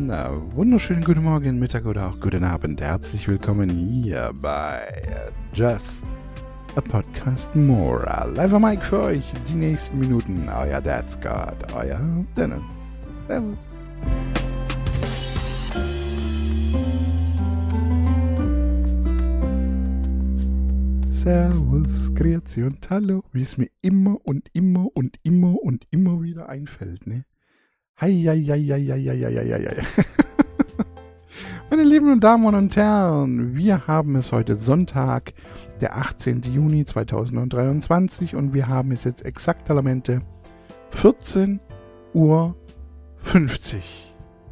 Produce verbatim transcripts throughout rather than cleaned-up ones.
einen äh, wunderschönen guten Morgen, Mittag oder auch guten Abend. Herzlich willkommen hier bei äh, Just a Podcast More. Live am Mic für euch die nächsten Minuten. Euer Dad Scott, euer Dennis. Servus. Servus, Grüezi und Hallo, wie es mir immer und immer und immer und immer wieder einfällt, ne? Hei, hei, hei, hei, hei, hei, hei, hei. Meine lieben Damen und Herren, wir haben es heute Sonntag, der achtzehnten Juni zweitausenddreiundzwanzig und wir haben es jetzt exakt Talamente vierzehn Uhr fünfzig.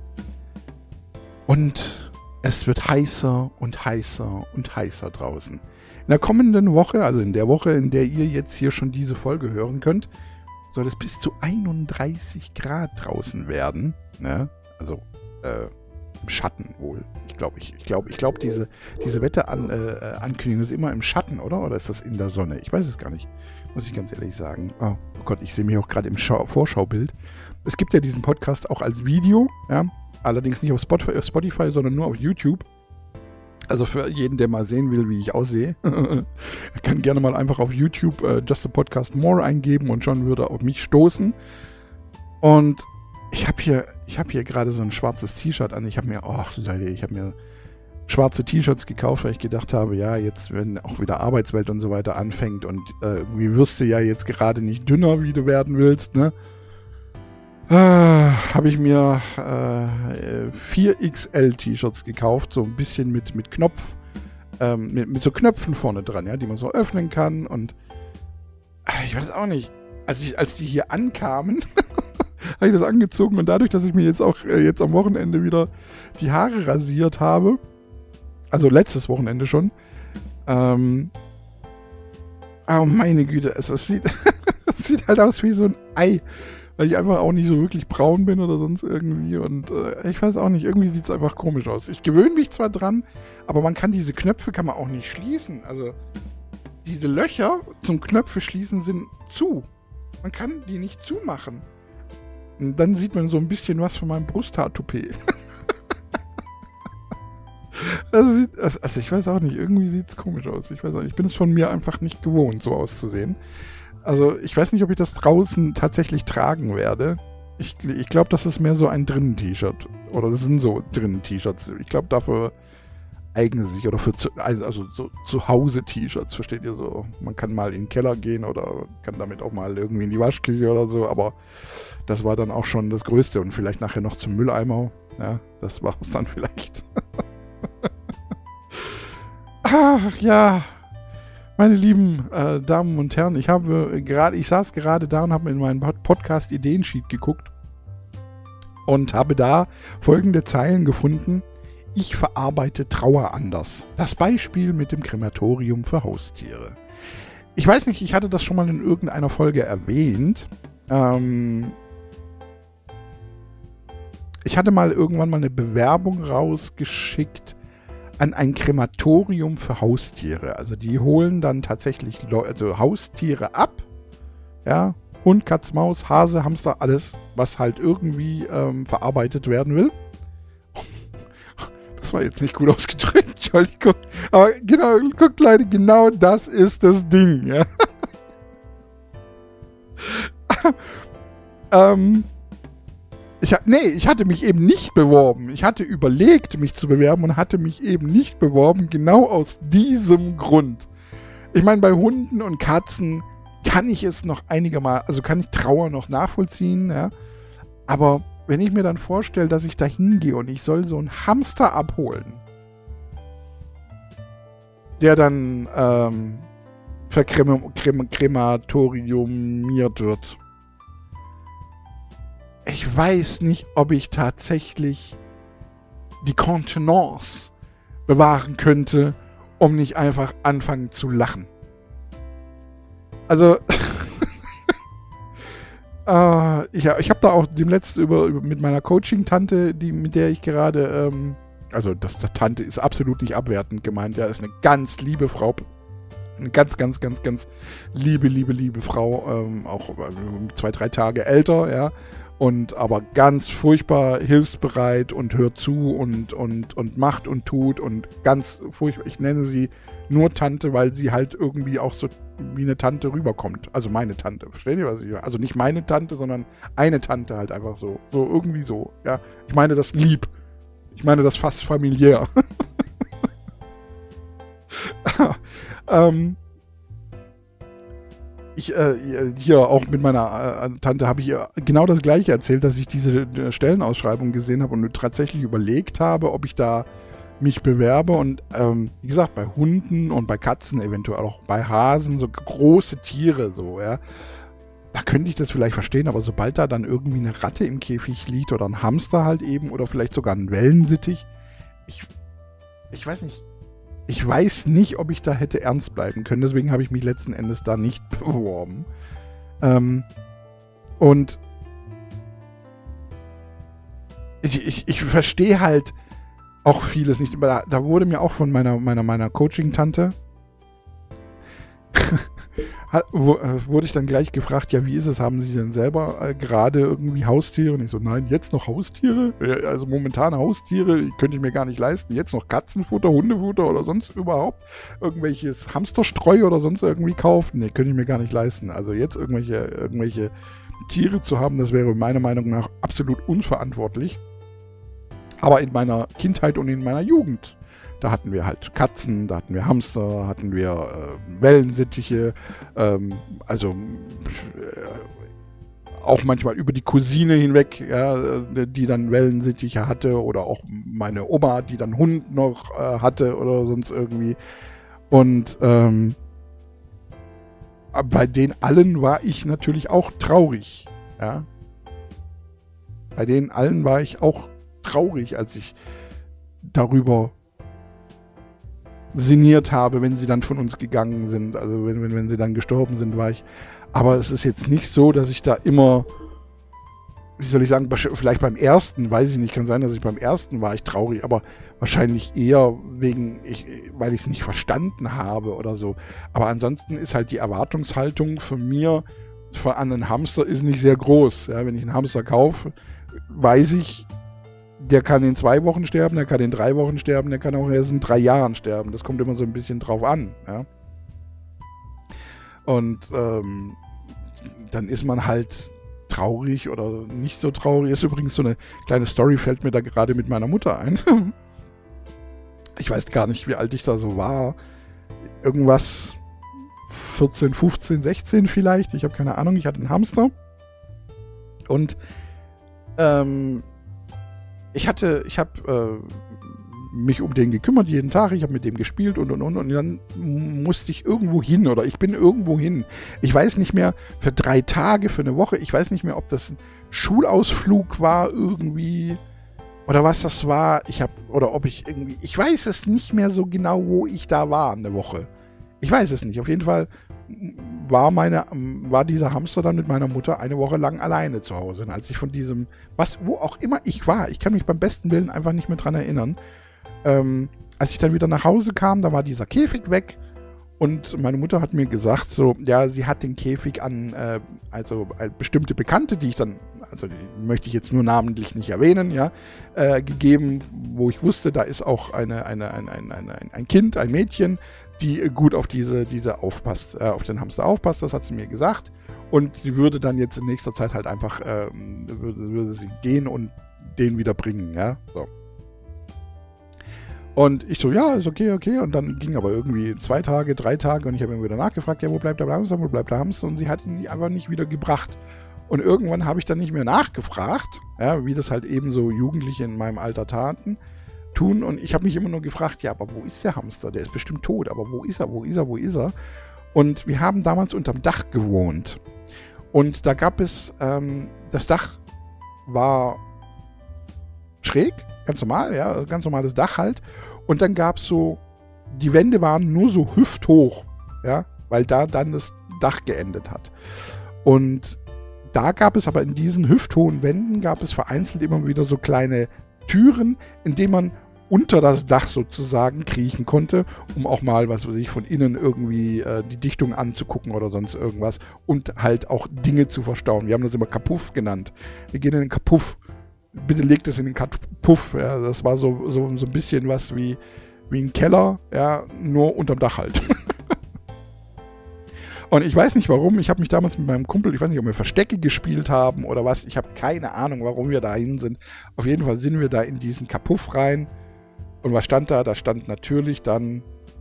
Und es wird heißer und heißer und heißer draußen. In der kommenden Woche, also in der Woche, in der ihr jetzt hier schon diese Folge hören könnt, soll es bis zu einunddreißig Grad draußen werden. Ne? Also äh, im Schatten wohl. Ich glaube, ich, ich glaube, ich glaube, diese, diese Wetterankündigung äh, ist immer im Schatten, oder? Oder ist das in der Sonne? Ich weiß es gar nicht. Muss ich ganz ehrlich sagen. Oh, oh Gott, ich sehe mich auch gerade im Schau- Vorschaubild. Es gibt ja diesen Podcast auch als Video, ja. Allerdings nicht auf Spotify, Spotify, sondern nur auf YouTube. Also für jeden, der mal sehen will, wie ich aussehe, kann gerne mal einfach auf YouTube äh, Just a Podcast More eingeben und schon würde er auf mich stoßen. Und ich habe hier, ich habe hier gerade so ein schwarzes T-Shirt an. Ich habe mir, ach Leute, ich habe mir schwarze T-Shirts gekauft, weil ich gedacht habe, ja, jetzt, wenn auch wieder Arbeitswelt und so weiter anfängt und äh, irgendwie wirst du ja jetzt gerade nicht dünner, wie du werden willst, ne? Äh, habe ich mir äh, vier X L T-Shirts gekauft, so ein bisschen mit, mit Knopf, ähm, mit, mit so Knöpfen vorne dran, ja, die man so öffnen kann und äh, ich weiß auch nicht, als, ich, als die hier ankamen, habe ich das angezogen und dadurch, dass ich mir jetzt auch äh, jetzt am Wochenende wieder die Haare rasiert habe, also letztes Wochenende schon, ähm, oh meine Güte, es, es, sieht, es sieht halt aus wie so ein Ei. Weil ich einfach auch nicht so wirklich braun bin oder sonst irgendwie. Und äh, ich weiß auch nicht, irgendwie sieht es einfach komisch aus. Ich gewöhne mich zwar dran, aber man kann diese Knöpfe kann man auch nicht schließen. Also diese Löcher zum Knöpfe schließen sind zu. Man kann die nicht zumachen. Und dann sieht man so ein bisschen was von meinem Brusthaartoupet. Also, sieht, also ich weiß auch nicht, irgendwie sieht es komisch aus. Ich weiß auch nicht, ich bin es von mir einfach nicht gewohnt, so auszusehen. Also ich weiß nicht, ob ich das draußen tatsächlich tragen werde. Ich, ich glaube, das ist mehr so ein Drinnen-T-Shirt. Oder das sind so Drinnen-T-Shirts. Ich glaube, dafür eignen sie sich. Oder für zu, also so Zuhause-T-Shirts, versteht ihr so. Man kann mal in den Keller gehen oder kann damit auch mal irgendwie in die Waschküche oder so. Aber das war dann auch schon das Größte. Und vielleicht nachher noch zum Mülleimer. Ja, das war es dann vielleicht. Ach ja. Meine lieben äh, Damen und Herren, ich habe gerade, ich saß gerade da und habe in meinen Podcast-Ideensheet geguckt und habe da folgende Zeilen gefunden. Ich verarbeite Trauer anders. Das Beispiel mit dem Krematorium für Haustiere. Ich weiß nicht, ich hatte das schon mal in irgendeiner Folge erwähnt. Ähm, ich hatte mal irgendwann mal eine Bewerbung rausgeschickt an ein Krematorium für Haustiere. Also die holen dann tatsächlich Leu- also Haustiere ab. Ja, Hund, Katz, Maus, Hase, Hamster, alles, was halt irgendwie ähm, verarbeitet werden will. Das war jetzt nicht gut ausgedrückt, Entschuldigung. Aber genau, guckt Leute, genau das ist das Ding. Ja. ähm... Ich, nee, ich hatte mich eben nicht beworben. Ich hatte überlegt, mich zu bewerben und hatte mich eben nicht beworben, genau aus diesem Grund. Ich meine, bei Hunden und Katzen kann ich es noch einigermaßen, also kann ich Trauer noch nachvollziehen, ja. Aber wenn ich mir dann vorstelle, dass ich da hingehe und ich soll so einen Hamster abholen, der dann ähm, verkrematoriumiert wird. Ich weiß nicht, ob ich tatsächlich die Kontenance bewahren könnte, um nicht einfach anfangen zu lachen. Also, äh, ich, ich habe da auch dem letzten über, über mit meiner Coaching-Tante, die, mit der ich gerade, ähm, also das, das Tante ist absolut nicht abwertend gemeint, ja, ist eine ganz liebe Frau, eine ganz, ganz, ganz, ganz liebe, liebe, liebe Frau, ähm, auch äh, zwei, drei Tage älter, ja. und aber ganz furchtbar hilfsbereit und hört zu und, und, und macht und tut und ganz furchtbar. Ich nenne sie nur Tante, weil sie halt irgendwie auch so wie eine Tante rüberkommt. Also meine Tante, versteht ihr, was ich meine? Also nicht meine Tante, sondern eine Tante halt einfach so. So irgendwie so, ja. Ich meine das lieb. Ich meine das fast familiär. ähm, ich, äh, hier auch mit meiner äh, Tante habe ich ihr genau das Gleiche erzählt, dass ich diese äh, Stellenausschreibung gesehen habe und tatsächlich überlegt habe, ob ich da mich bewerbe und ähm, wie gesagt, bei Hunden und bei Katzen, eventuell auch bei Hasen, so große Tiere, so, ja, da könnte ich das vielleicht verstehen, aber sobald da dann irgendwie eine Ratte im Käfig liegt oder ein Hamster halt eben oder vielleicht sogar ein Wellensittich, ich, ich weiß nicht, ich weiß nicht, ob ich da hätte ernst bleiben können, deswegen habe ich mich letzten Endes da nicht beworben. Ähm, und ich, ich, ich verstehe halt auch vieles nicht. Da, da wurde mir auch von meiner, meiner, meiner Coaching-Tante wo, äh, wurde ich dann gleich gefragt, ja, wie ist es, haben Sie denn selber äh, gerade irgendwie Haustiere? Und ich so, nein, jetzt noch Haustiere? Also momentan Haustiere, könnte ich mir gar nicht leisten. Jetzt noch Katzenfutter, Hundefutter oder sonst überhaupt irgendwelches Hamsterstreu oder sonst irgendwie kaufen? Nee, könnte ich mir gar nicht leisten. Also jetzt irgendwelche, irgendwelche Tiere zu haben, das wäre meiner Meinung nach absolut unverantwortlich. Aber in meiner Kindheit und in meiner Jugend, da hatten wir halt Katzen, da hatten wir Hamster, hatten wir äh, Wellensittiche, ähm, also äh, auch manchmal über die Cousine hinweg, ja, die dann Wellensittiche hatte, oder auch meine Oma, die dann Hund noch äh, hatte oder sonst irgendwie. Und ähm, bei den allen war ich natürlich auch traurig, ja. Bei denen allen war ich auch traurig, als ich darüber sinniert habe, wenn sie dann von uns gegangen sind. Also wenn, wenn, wenn sie dann gestorben sind, war ich. Aber es ist jetzt nicht so, dass ich da immer, wie soll ich sagen, vielleicht beim ersten, weiß ich nicht, kann sein, dass ich beim ersten war ich traurig, aber wahrscheinlich eher wegen, ich, weil ich es nicht verstanden habe oder so. Aber ansonsten ist halt die Erwartungshaltung von mir von an einen Hamster ist nicht sehr groß. Ja, wenn ich einen Hamster kaufe, weiß ich, der kann in zwei Wochen sterben, der kann in drei Wochen sterben, der kann auch erst in drei Jahren sterben. Das kommt immer so ein bisschen drauf an. Ja? Und ähm, dann ist man halt traurig oder nicht so traurig. Ist übrigens so eine kleine Story, fällt mir da gerade mit meiner Mutter ein. Ich weiß gar nicht, wie alt ich da so war. Irgendwas vierzehn, fünfzehn, sechzehn vielleicht. Ich habe keine Ahnung. Ich hatte einen Hamster. Und ähm, ich hatte, ich habe äh, mich um den gekümmert jeden Tag. Ich habe mit dem gespielt und und und. Und dann musste ich irgendwo hin oder ich bin irgendwo hin. Ich weiß nicht mehr, für drei Tage, für eine Woche. Ich weiß nicht mehr, ob das ein Schulausflug war irgendwie oder was das war. Ich habe, oder ob ich irgendwie, ich weiß es nicht mehr so genau, wo ich da war eine Woche. Ich weiß es nicht. Auf jeden Fall war meine, war dieser Hamster dann mit meiner Mutter eine Woche lang alleine zu Hause. Und als ich von diesem, was, wo auch immer ich war, ich kann mich beim besten Willen einfach nicht mehr dran erinnern. Ähm, als ich dann wieder nach Hause kam, da war dieser Käfig weg und meine Mutter hat mir gesagt, so, ja, sie hat den Käfig an, äh, also äh, bestimmte Bekannte, die ich dann, also die möchte ich jetzt nur namentlich nicht erwähnen, ja, äh, gegeben, wo ich wusste, da ist auch eine, eine, ein, ein, ein, ein Kind, ein Mädchen, die gut auf diese, diese aufpasst, äh, auf den Hamster aufpasst, das hat sie mir gesagt. Und sie würde dann jetzt in nächster Zeit halt einfach, ähm, würde, würde sie gehen und den wieder bringen, ja, so. Und ich so, ja, ist okay, okay. Und dann ging aber irgendwie zwei Tage, drei Tage und ich habe immer wieder nachgefragt, ja, wo bleibt der Hamster, wo bleibt der Hamster? Und sie hat ihn einfach nicht wieder gebracht. Und irgendwann habe ich dann nicht mehr nachgefragt, ja, wie das halt eben so Jugendliche in meinem Alter taten, tun. Und ich habe mich immer nur gefragt, ja, aber wo ist der Hamster? Der ist bestimmt tot, aber wo ist er, wo ist er, wo ist er? Und wir haben damals unterm Dach gewohnt. Und da gab es, ähm, das Dach war schräg, ganz normal, ja, ganz normales Dach halt. Und dann gab es so, die Wände waren nur so hüfthoch, ja, weil da dann das Dach geendet hat. Und da gab es aber in diesen hüfthohen Wänden, gab es vereinzelt immer wieder so kleine Türen, in denen man unter das Dach sozusagen kriechen konnte, um auch mal, was weiß ich, von innen irgendwie äh, die Dichtung anzugucken oder sonst irgendwas und halt auch Dinge zu verstauen. Wir haben das immer Kapuff genannt. Wir gehen in den Kapuff. Bitte legt es in den Kapuff. Ja, das war so, so, so ein bisschen was wie, wie ein Keller, ja, nur unterm Dach halt. Und ich weiß nicht warum, ich habe mich damals mit meinem Kumpel, ich weiß nicht, ob wir Verstecke gespielt haben oder was, ich habe keine Ahnung, warum wir da hin sind. Auf jeden Fall sind wir da in diesen Kapuff rein. Und was stand da? Da stand natürlich dann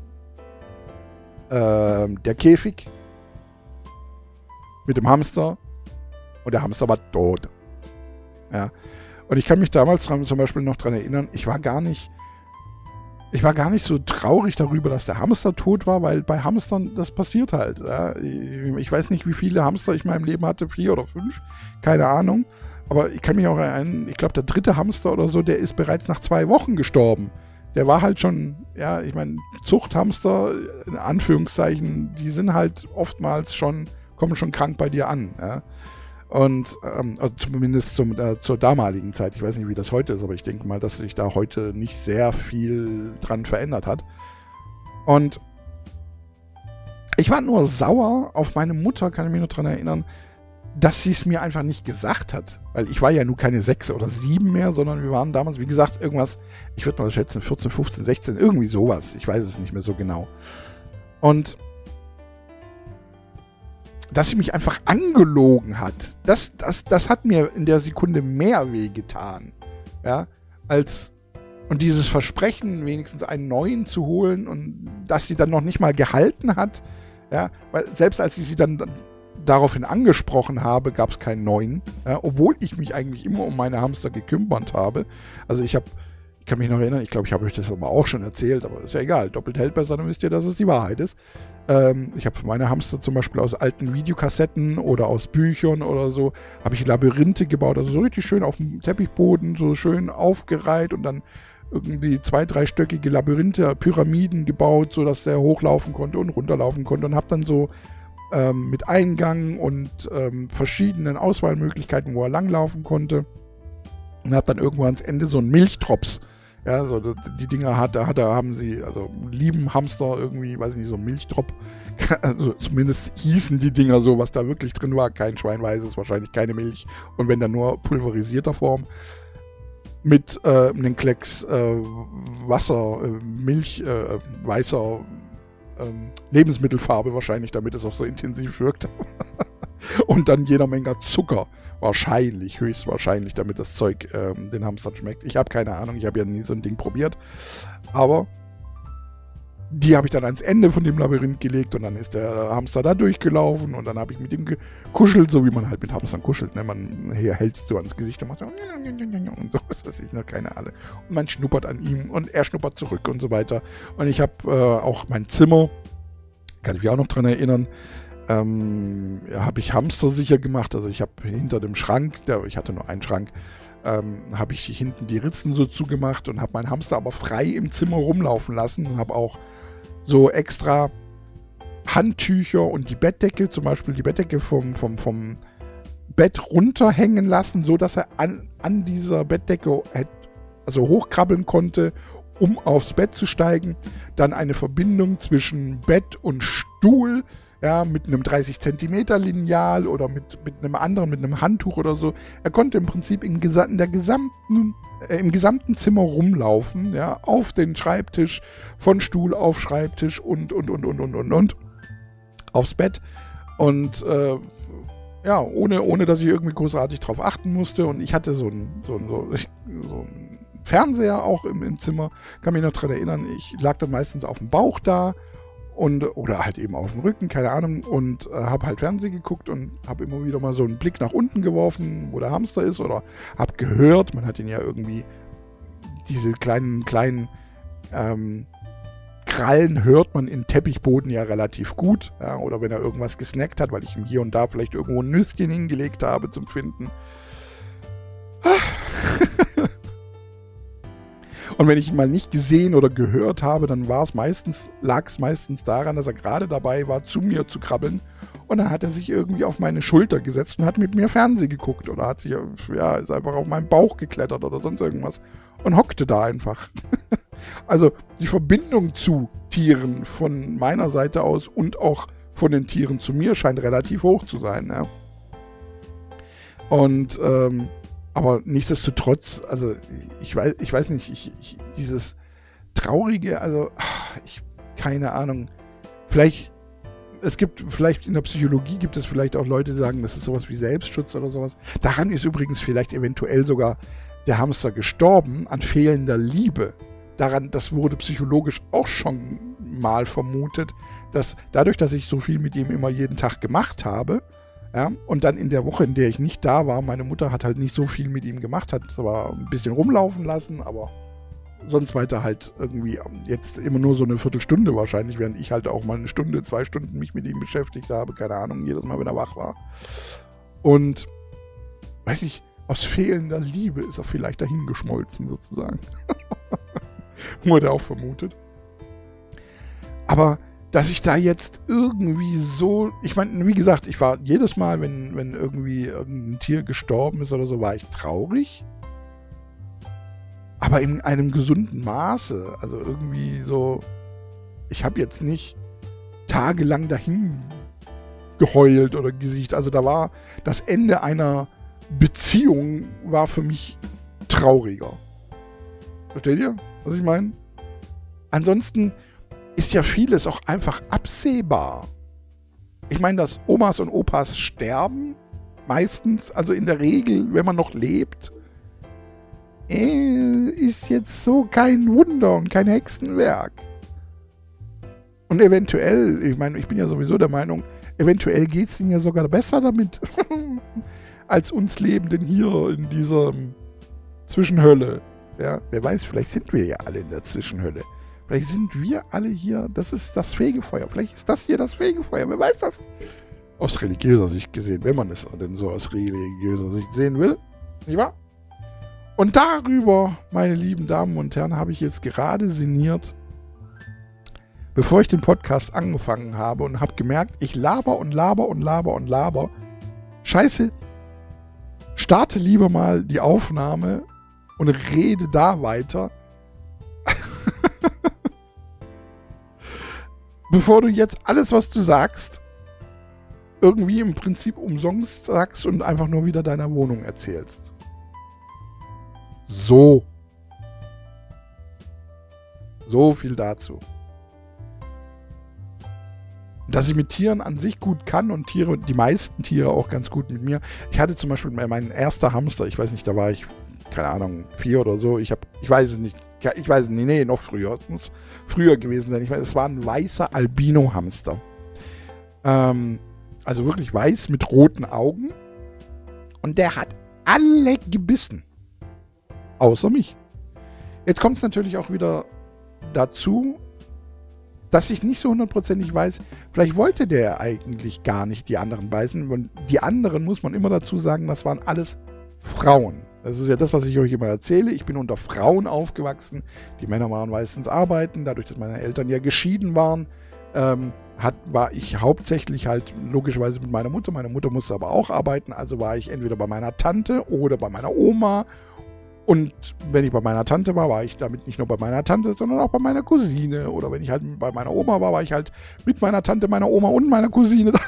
äh, der Käfig mit dem Hamster und der Hamster war tot. Ja. Und ich kann mich damals dran, zum Beispiel noch dran erinnern, ich war gar nicht Ich war gar nicht so traurig darüber, dass der Hamster tot war, weil bei Hamstern, das passiert halt. Ja. Ich weiß nicht, wie viele Hamster ich in meinem Leben hatte, vier oder fünf, keine Ahnung. Aber ich kann mich auch erinnern, ich glaube, der dritte Hamster oder so, der ist bereits nach zwei Wochen gestorben. Der war halt schon, ja, ich meine, Zuchthamster, in Anführungszeichen, die sind halt oftmals schon, kommen schon krank bei dir an. Ja. Und ähm, also zumindest zum, äh, zur damaligen Zeit, ich weiß nicht, wie das heute ist, aber ich denke mal, dass sich da heute nicht sehr viel dran verändert hat. Und ich war nur sauer auf meine Mutter, kann ich mich noch dran erinnern, dass sie es mir einfach nicht gesagt hat. Weil ich war ja nur keine sechs oder sieben mehr, sondern wir waren damals, wie gesagt, irgendwas, ich würde mal schätzen, vierzehn, fünfzehn, sechzehn, irgendwie sowas. Ich weiß es nicht mehr so genau. Und dass sie mich einfach angelogen hat, das, das, das hat mir in der Sekunde mehr wehgetan. Ja, als, und dieses Versprechen, wenigstens einen neuen zu holen und dass sie dann noch nicht mal gehalten hat, ja, weil selbst als ich sie dann daraufhin angesprochen habe, gab es keinen neuen, ja, obwohl ich mich eigentlich immer um meine Hamster gekümmert habe. Also ich habe, ich kann mich noch erinnern, ich glaube, ich habe euch das aber auch schon erzählt, aber ist ja egal, doppelt hält besser, dann wisst ihr, dass es die Wahrheit ist. Ähm, ich habe für meine Hamster zum Beispiel aus alten Videokassetten oder aus Büchern oder so, habe ich Labyrinthe gebaut, also so richtig schön auf dem Teppichboden, so schön aufgereiht und dann irgendwie zwei, dreistöckige Labyrinthe, Pyramiden gebaut, sodass der hochlaufen konnte und runterlaufen konnte und habe dann so ähm, mit Eingang und ähm, verschiedenen Auswahlmöglichkeiten, wo er langlaufen konnte, und habe dann irgendwann ans Ende so einen Milchtrops. Ja, so die Dinger hat, da hat, da haben sie, also lieben Hamster irgendwie, weiß ich nicht, so ein Milchtrop. Also zumindest hießen die Dinger so, was da wirklich drin war. Kein Schwein weiß es, wahrscheinlich keine Milch. Und wenn dann nur pulverisierter Form. Mit äh, einem Klecks äh, Wasser, äh, Milch, äh, weißer äh, Lebensmittelfarbe wahrscheinlich, damit es auch so intensiv wirkt. Und dann jeder Menge Zucker. Wahrscheinlich, höchstwahrscheinlich, damit das Zeug ähm, den Hamstern schmeckt. Ich habe keine Ahnung, ich habe ja nie so ein Ding probiert. Aber die habe ich dann ans Ende von dem Labyrinth gelegt und dann ist der Hamster da durchgelaufen und dann habe ich mit ihm gekuschelt, so wie man halt mit Hamstern kuschelt. Ne? Man hält sich so ans Gesicht und macht so und so, was weiß ich noch, keine Ahnung. Und man schnuppert an ihm und er schnuppert zurück und so weiter. Und ich habe äh, auch mein Zimmer, kann ich mich auch noch dran erinnern, Ähm, ja, habe ich Hamster sicher gemacht, also ich habe hinter dem Schrank, der, ich hatte nur einen Schrank, ähm, habe ich hinten die Ritzen so zugemacht und habe meinen Hamster aber frei im Zimmer rumlaufen lassen und habe auch so extra Handtücher und die Bettdecke, zum Beispiel die Bettdecke vom, vom, vom Bett runterhängen lassen, so dass er an, an dieser Bettdecke also hochkrabbeln konnte, um aufs Bett zu steigen. Dann eine Verbindung zwischen Bett und Stuhl, ja, mit einem dreißig Zentimeter Lineal oder mit, mit einem anderen, mit einem Handtuch oder so. Er konnte im Prinzip in, gesa- in der gesamten, äh, im gesamten Zimmer rumlaufen, ja, auf den Schreibtisch, von Stuhl auf Schreibtisch und, und, und, und, und, und, und, aufs Bett. Und, äh, ja, ohne, ohne, dass ich irgendwie großartig drauf achten musste. Und ich hatte so einen so ein, so, so ein Fernseher auch im, im Zimmer. Kann mich noch daran erinnern, ich lag dann meistens auf dem Bauch da. Und, oder halt eben auf dem Rücken, keine Ahnung, und äh, habe halt Fernsehen geguckt und habe immer wieder mal so einen Blick nach unten geworfen, wo der Hamster ist, oder habe gehört, man hat ihn ja irgendwie, diese kleinen, kleinen ähm, Krallen hört man im Teppichboden ja relativ gut, ja, oder wenn er irgendwas gesnackt hat, weil ich ihm hier und da vielleicht irgendwo ein Nüsschen hingelegt habe zum Finden. Und wenn ich ihn mal nicht gesehen oder gehört habe, dann war es meistens, lag es meistens daran, dass er gerade dabei war, zu mir zu krabbeln. Und dann hat er sich irgendwie auf meine Schulter gesetzt und hat mit mir Fernsehen geguckt. Oder hat sich, ja, ist einfach auf meinen Bauch geklettert oder sonst irgendwas. und hockte da einfach. Also die Verbindung zu Tieren von meiner Seite aus und auch von den Tieren zu mir scheint relativ hoch zu sein. Ja. Und ähm, aber nichtsdestotrotz, also ich weiß, ich weiß nicht, ich, ich, dieses Traurige, also ich, keine Ahnung, vielleicht, es gibt vielleicht in der Psychologie gibt es vielleicht auch Leute, die sagen, das ist sowas wie Selbstschutz oder sowas. Daran ist übrigens vielleicht eventuell sogar der Hamster gestorben, an fehlender Liebe. Daran, das wurde psychologisch auch schon mal vermutet, dass dadurch, dass ich so viel mit ihm immer jeden Tag gemacht habe, ja, und dann in der Woche, in der ich nicht da war, meine Mutter hat halt nicht so viel mit ihm gemacht, hat zwar ein bisschen rumlaufen lassen, aber sonst weiter halt irgendwie jetzt immer nur so eine Viertelstunde wahrscheinlich, während ich halt auch mal eine Stunde, zwei Stunden mich mit ihm beschäftigt habe, keine Ahnung, jedes Mal, wenn er wach war. Und, weiß ich, aus fehlender Liebe ist er vielleicht dahin geschmolzen sozusagen. Wurde auch vermutet. Aber dass ich da jetzt irgendwie so, ich meine, wie gesagt, ich war jedes Mal, wenn, wenn irgendwie irgendein Tier gestorben ist oder so, war ich traurig. Aber in einem gesunden Maße. Also irgendwie so, ich habe jetzt nicht tagelang dahin geheult oder gesiegt. Also da war das Ende einer Beziehung war für mich trauriger. Versteht ihr, was ich meine? Ansonsten ist ja vieles auch einfach absehbar. Ich meine, dass Omas und Opas sterben, meistens, also in der Regel, wenn man noch lebt, äh, ist jetzt so kein Wunder und kein Hexenwerk. Und eventuell, ich meine, ich bin ja sowieso der Meinung, eventuell geht es ihnen ja sogar besser damit, als uns Lebenden hier in dieser Zwischenhölle. Ja, wer weiß, vielleicht sind wir ja alle in der Zwischenhölle. Vielleicht sind wir alle hier, das ist das Fegefeuer. Vielleicht ist das hier das Fegefeuer, wer weiß das? Aus religiöser Sicht gesehen, wenn man es denn so aus religiöser Sicht sehen will. Nicht wahr? Und darüber, meine lieben Damen und Herren, habe ich jetzt gerade sinniert, bevor ich den Podcast angefangen habe und habe gemerkt, ich laber und laber und laber und laber. Scheiße, starte lieber mal die Aufnahme und rede da weiter. Bevor du jetzt alles, was du sagst, irgendwie im Prinzip umsonst sagst und einfach nur wieder deiner Wohnung erzählst. So. So viel dazu. Dass ich mit Tieren an sich gut kann und Tiere, die meisten Tiere auch ganz gut mit mir. Ich hatte zum Beispiel meinen ersten Hamster, ich weiß nicht, da war ich, keine Ahnung, vier oder so. Ich habe, ich weiß es nicht, ich weiß es nicht, nee, noch früher. Es muss früher gewesen sein. Ich weiß, es war ein weißer Albino-Hamster. Ähm, also wirklich weiß mit roten Augen. Und der hat alle gebissen. Außer mich. Jetzt kommt es natürlich auch wieder dazu, dass ich nicht so hundertprozentig weiß, vielleicht wollte der eigentlich gar nicht die anderen beißen. Und die anderen, muss man immer dazu sagen, das waren alles Frauen. Das ist ja das, was ich euch immer erzähle. Ich bin unter Frauen aufgewachsen. Die Männer waren meistens arbeiten. Dadurch, dass meine Eltern ja geschieden waren, ähm, hat, war ich hauptsächlich halt logischerweise mit meiner Mutter. Meine Mutter musste aber auch arbeiten. Also war ich entweder bei meiner Tante oder bei meiner Oma. Und wenn ich bei meiner Tante war, war ich damit nicht nur bei meiner Tante, sondern auch bei meiner Cousine. Oder wenn ich halt bei meiner Oma war, war ich halt mit meiner Tante, meiner Oma und meiner Cousine da.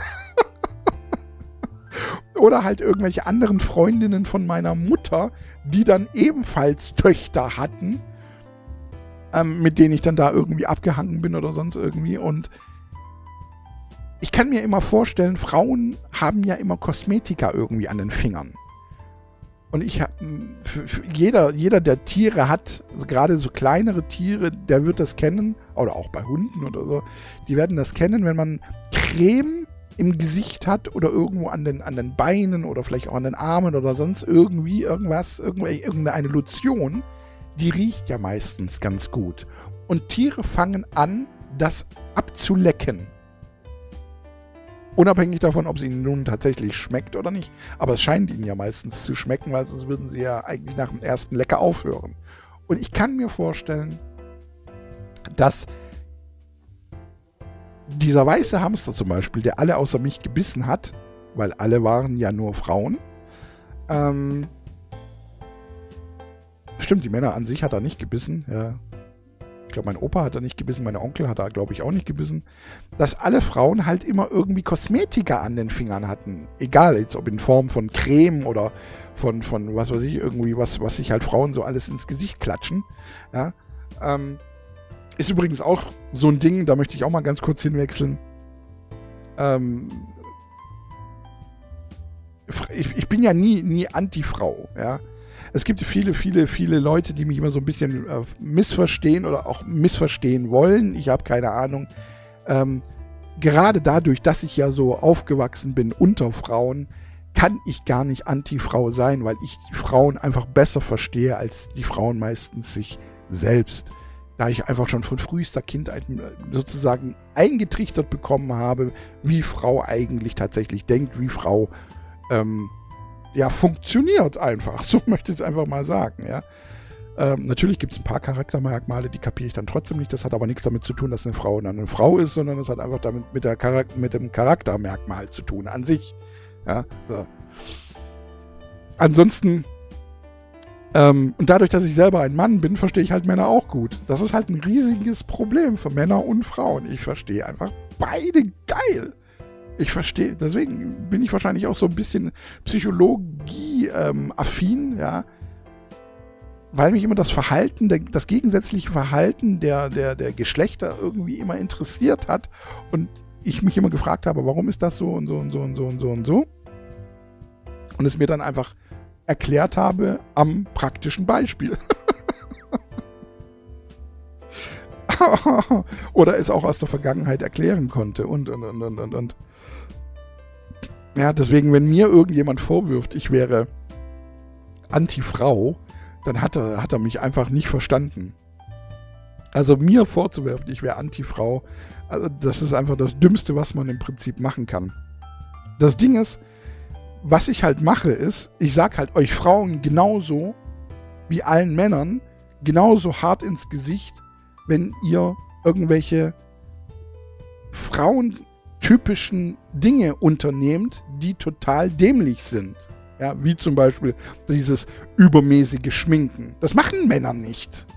Oder halt irgendwelche anderen Freundinnen von meiner Mutter, die dann ebenfalls Töchter hatten, ähm, mit denen ich dann da irgendwie abgehangen bin oder sonst irgendwie. Und ich kann mir immer vorstellen, Frauen haben ja immer Kosmetika irgendwie an den Fingern. Und ich habe, jeder, jeder, der Tiere hat, also gerade so kleinere Tiere, der wird das kennen, oder auch bei Hunden oder so, die werden das kennen, wenn man Creme im Gesicht hat oder irgendwo an den, an den Beinen oder vielleicht auch an den Armen oder sonst irgendwie irgendwas, irgendeine Lotion, die riecht ja meistens ganz gut. Und Tiere fangen an, das abzulecken. Unabhängig davon, ob es ihnen nun tatsächlich schmeckt oder nicht. Aber es scheint ihnen ja meistens zu schmecken, weil sonst würden sie ja eigentlich nach dem ersten Lecker aufhören. Und ich kann mir vorstellen, dass dieser weiße Hamster zum Beispiel, der alle außer mich gebissen hat, weil alle waren ja nur Frauen, ähm, stimmt, die Männer an sich hat er nicht gebissen, ja. Ich glaube, mein Opa hat er nicht gebissen, meine Onkel hat er, glaube ich, auch nicht gebissen. Dass alle Frauen halt immer irgendwie Kosmetika an den Fingern hatten. Egal, jetzt ob in Form von Creme oder von, von was weiß ich, irgendwie was, was sich halt Frauen so alles ins Gesicht klatschen. Ja, ähm, ist übrigens auch so ein Ding, da möchte ich auch mal ganz kurz hinwechseln. Ähm, ich, ich bin ja nie, nie Anti-Frau, ja. Es gibt viele, viele, viele Leute, die mich immer so ein bisschen äh, missverstehen oder auch missverstehen wollen. Ich habe keine Ahnung. Ähm, gerade dadurch, dass ich ja so aufgewachsen bin unter Frauen, kann ich gar nicht Anti-Frau sein, weil ich die Frauen einfach besser verstehe als die Frauen meistens sich selbst. Da ich einfach schon von frühester Kindheit sozusagen eingetrichtert bekommen habe, wie Frau eigentlich tatsächlich denkt, wie Frau ähm, ja, funktioniert einfach. So möchte ich es einfach mal sagen, ja. Ähm, natürlich gibt es ein paar Charaktermerkmale, die kapiere ich dann trotzdem nicht. Das hat aber nichts damit zu tun, dass eine Frau dann eine Frau ist, sondern es hat einfach damit mit, der Charak- mit dem Charaktermerkmal zu tun an sich. Ja, so. Ansonsten, ähm, und dadurch, dass ich selber ein Mann bin, verstehe ich halt Männer auch gut. Das ist halt ein riesiges Problem für Männer und Frauen. Ich verstehe einfach beide geil. Ich verstehe, deswegen bin ich wahrscheinlich auch so ein bisschen Psychologie-affin, ähm, ja, weil mich immer das Verhalten, der, das gegensätzliche Verhalten der, der, der Geschlechter irgendwie immer interessiert hat und ich mich immer gefragt habe, warum ist das so und so und so und so und so und so und es mir dann einfach erklärt habe am praktischen Beispiel. Oder es auch aus der Vergangenheit erklären konnte und, und, und, und, und, und. Ja, deswegen, wenn mir irgendjemand vorwirft, ich wäre Anti-Frau, dann hat er, hat er mich einfach nicht verstanden. Also mir vorzuwerfen, ich wäre Anti-Frau, also das ist einfach das Dümmste, was man im Prinzip machen kann. Das Ding ist, was ich halt mache, ist, ich sag halt euch Frauen genauso wie allen Männern, genauso hart ins Gesicht, wenn ihr irgendwelche frauentypischen Dinge unternehmt, die total dämlich sind. Ja, wie zum Beispiel dieses übermäßige Schminken. Das machen Männer nicht.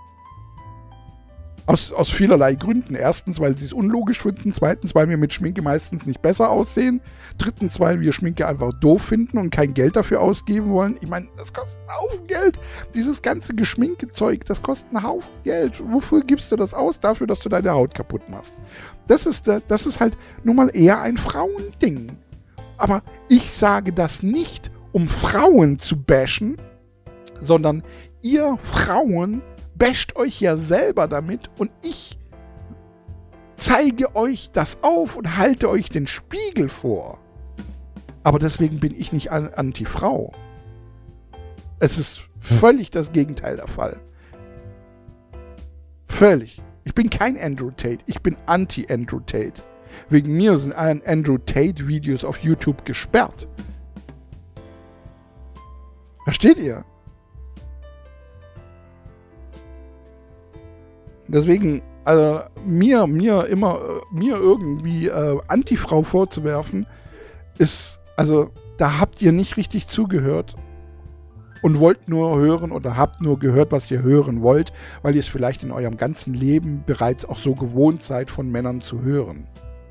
Aus, aus vielerlei Gründen. Erstens, weil sie es unlogisch finden. Zweitens, weil wir mit Schminke meistens nicht besser aussehen. Drittens, weil wir Schminke einfach doof finden und kein Geld dafür ausgeben wollen. Ich meine, das kostet einen Haufen Geld. Dieses ganze Geschminke-Zeug, das kostet einen Haufen Geld. Wofür gibst du das aus? Dafür, dass du deine Haut kaputt machst. Das ist, das ist halt nun mal eher ein Frauending. Aber ich sage das nicht, um Frauen zu bashen, sondern ihr Frauen basht euch ja selber damit und ich zeige euch das auf und halte euch den Spiegel vor. Aber deswegen bin ich nicht Anti-Frau. Es ist völlig das Gegenteil der Fall. Völlig. Ich bin kein Andrew Tate, ich bin Anti-Andrew Tate. Wegen mir sind Andrew Tate-Videos auf YouTube gesperrt. Versteht ihr? Deswegen, also mir, mir immer, mir irgendwie äh, Anti-Frau vorzuwerfen, ist, also da habt ihr nicht richtig zugehört und wollt nur hören oder habt nur gehört, was ihr hören wollt, weil ihr es vielleicht in eurem ganzen Leben bereits auch so gewohnt seid, von Männern zu hören.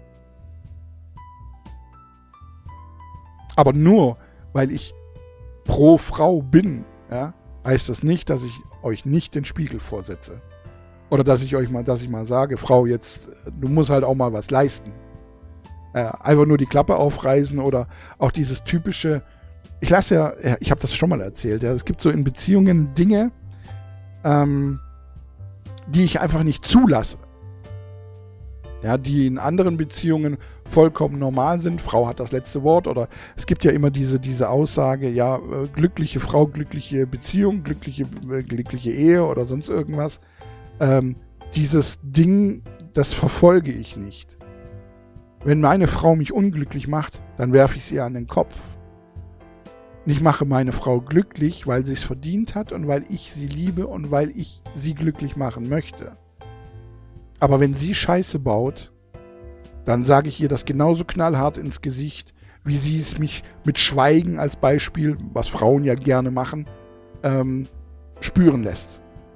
Aber nur, weil ich pro Frau bin, ja, heißt das nicht, dass ich euch nicht den Spiegel vorsetze. Oder dass ich euch mal, dass ich mal sage, Frau, jetzt, du musst halt auch mal was leisten. Äh, einfach nur die Klappe aufreißen oder auch dieses typische, ich lasse ja, ja ich habe das schon mal erzählt, ja, es gibt so in Beziehungen Dinge, ähm, die ich einfach nicht zulasse. Ja, die in anderen Beziehungen vollkommen normal sind. Frau hat das letzte Wort oder es gibt ja immer diese, diese Aussage, ja, äh, glückliche Frau, glückliche Beziehung, glückliche, äh, glückliche Ehe oder sonst irgendwas. Ähm, dieses Ding, das verfolge ich nicht. Wenn meine Frau mich unglücklich macht, dann werfe ich sie an den Kopf. Und ich mache meine Frau glücklich, weil sie es verdient hat und weil ich sie liebe und weil ich sie glücklich machen möchte. Aber wenn sie Scheiße baut, dann sage ich ihr das genauso knallhart ins Gesicht, wie sie es mich mit Schweigen als Beispiel, was Frauen ja gerne machen, ähm, spüren lässt.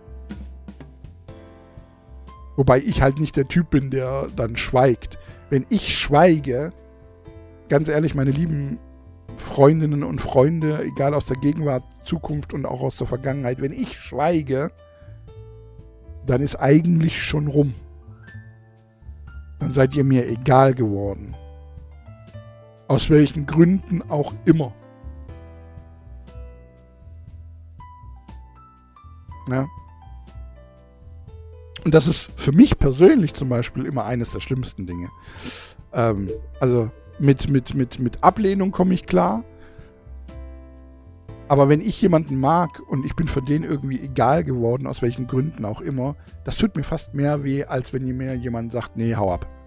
Wobei ich halt nicht der Typ bin, der dann schweigt. Wenn ich schweige, ganz ehrlich, meine lieben Freundinnen und Freunde, egal aus der Gegenwart, Zukunft und auch aus der Vergangenheit, wenn ich schweige, dann ist eigentlich schon rum. Dann seid ihr mir egal geworden. Aus welchen Gründen auch immer. Ja. Und das ist für mich persönlich zum Beispiel immer eines der schlimmsten Dinge. Ähm, also mit, mit, mit, mit Ablehnung komme ich klar. Aber wenn ich jemanden mag und ich bin für den irgendwie egal geworden, aus welchen Gründen auch immer, das tut mir fast mehr weh, als wenn mir jemand sagt, nee, hau ab.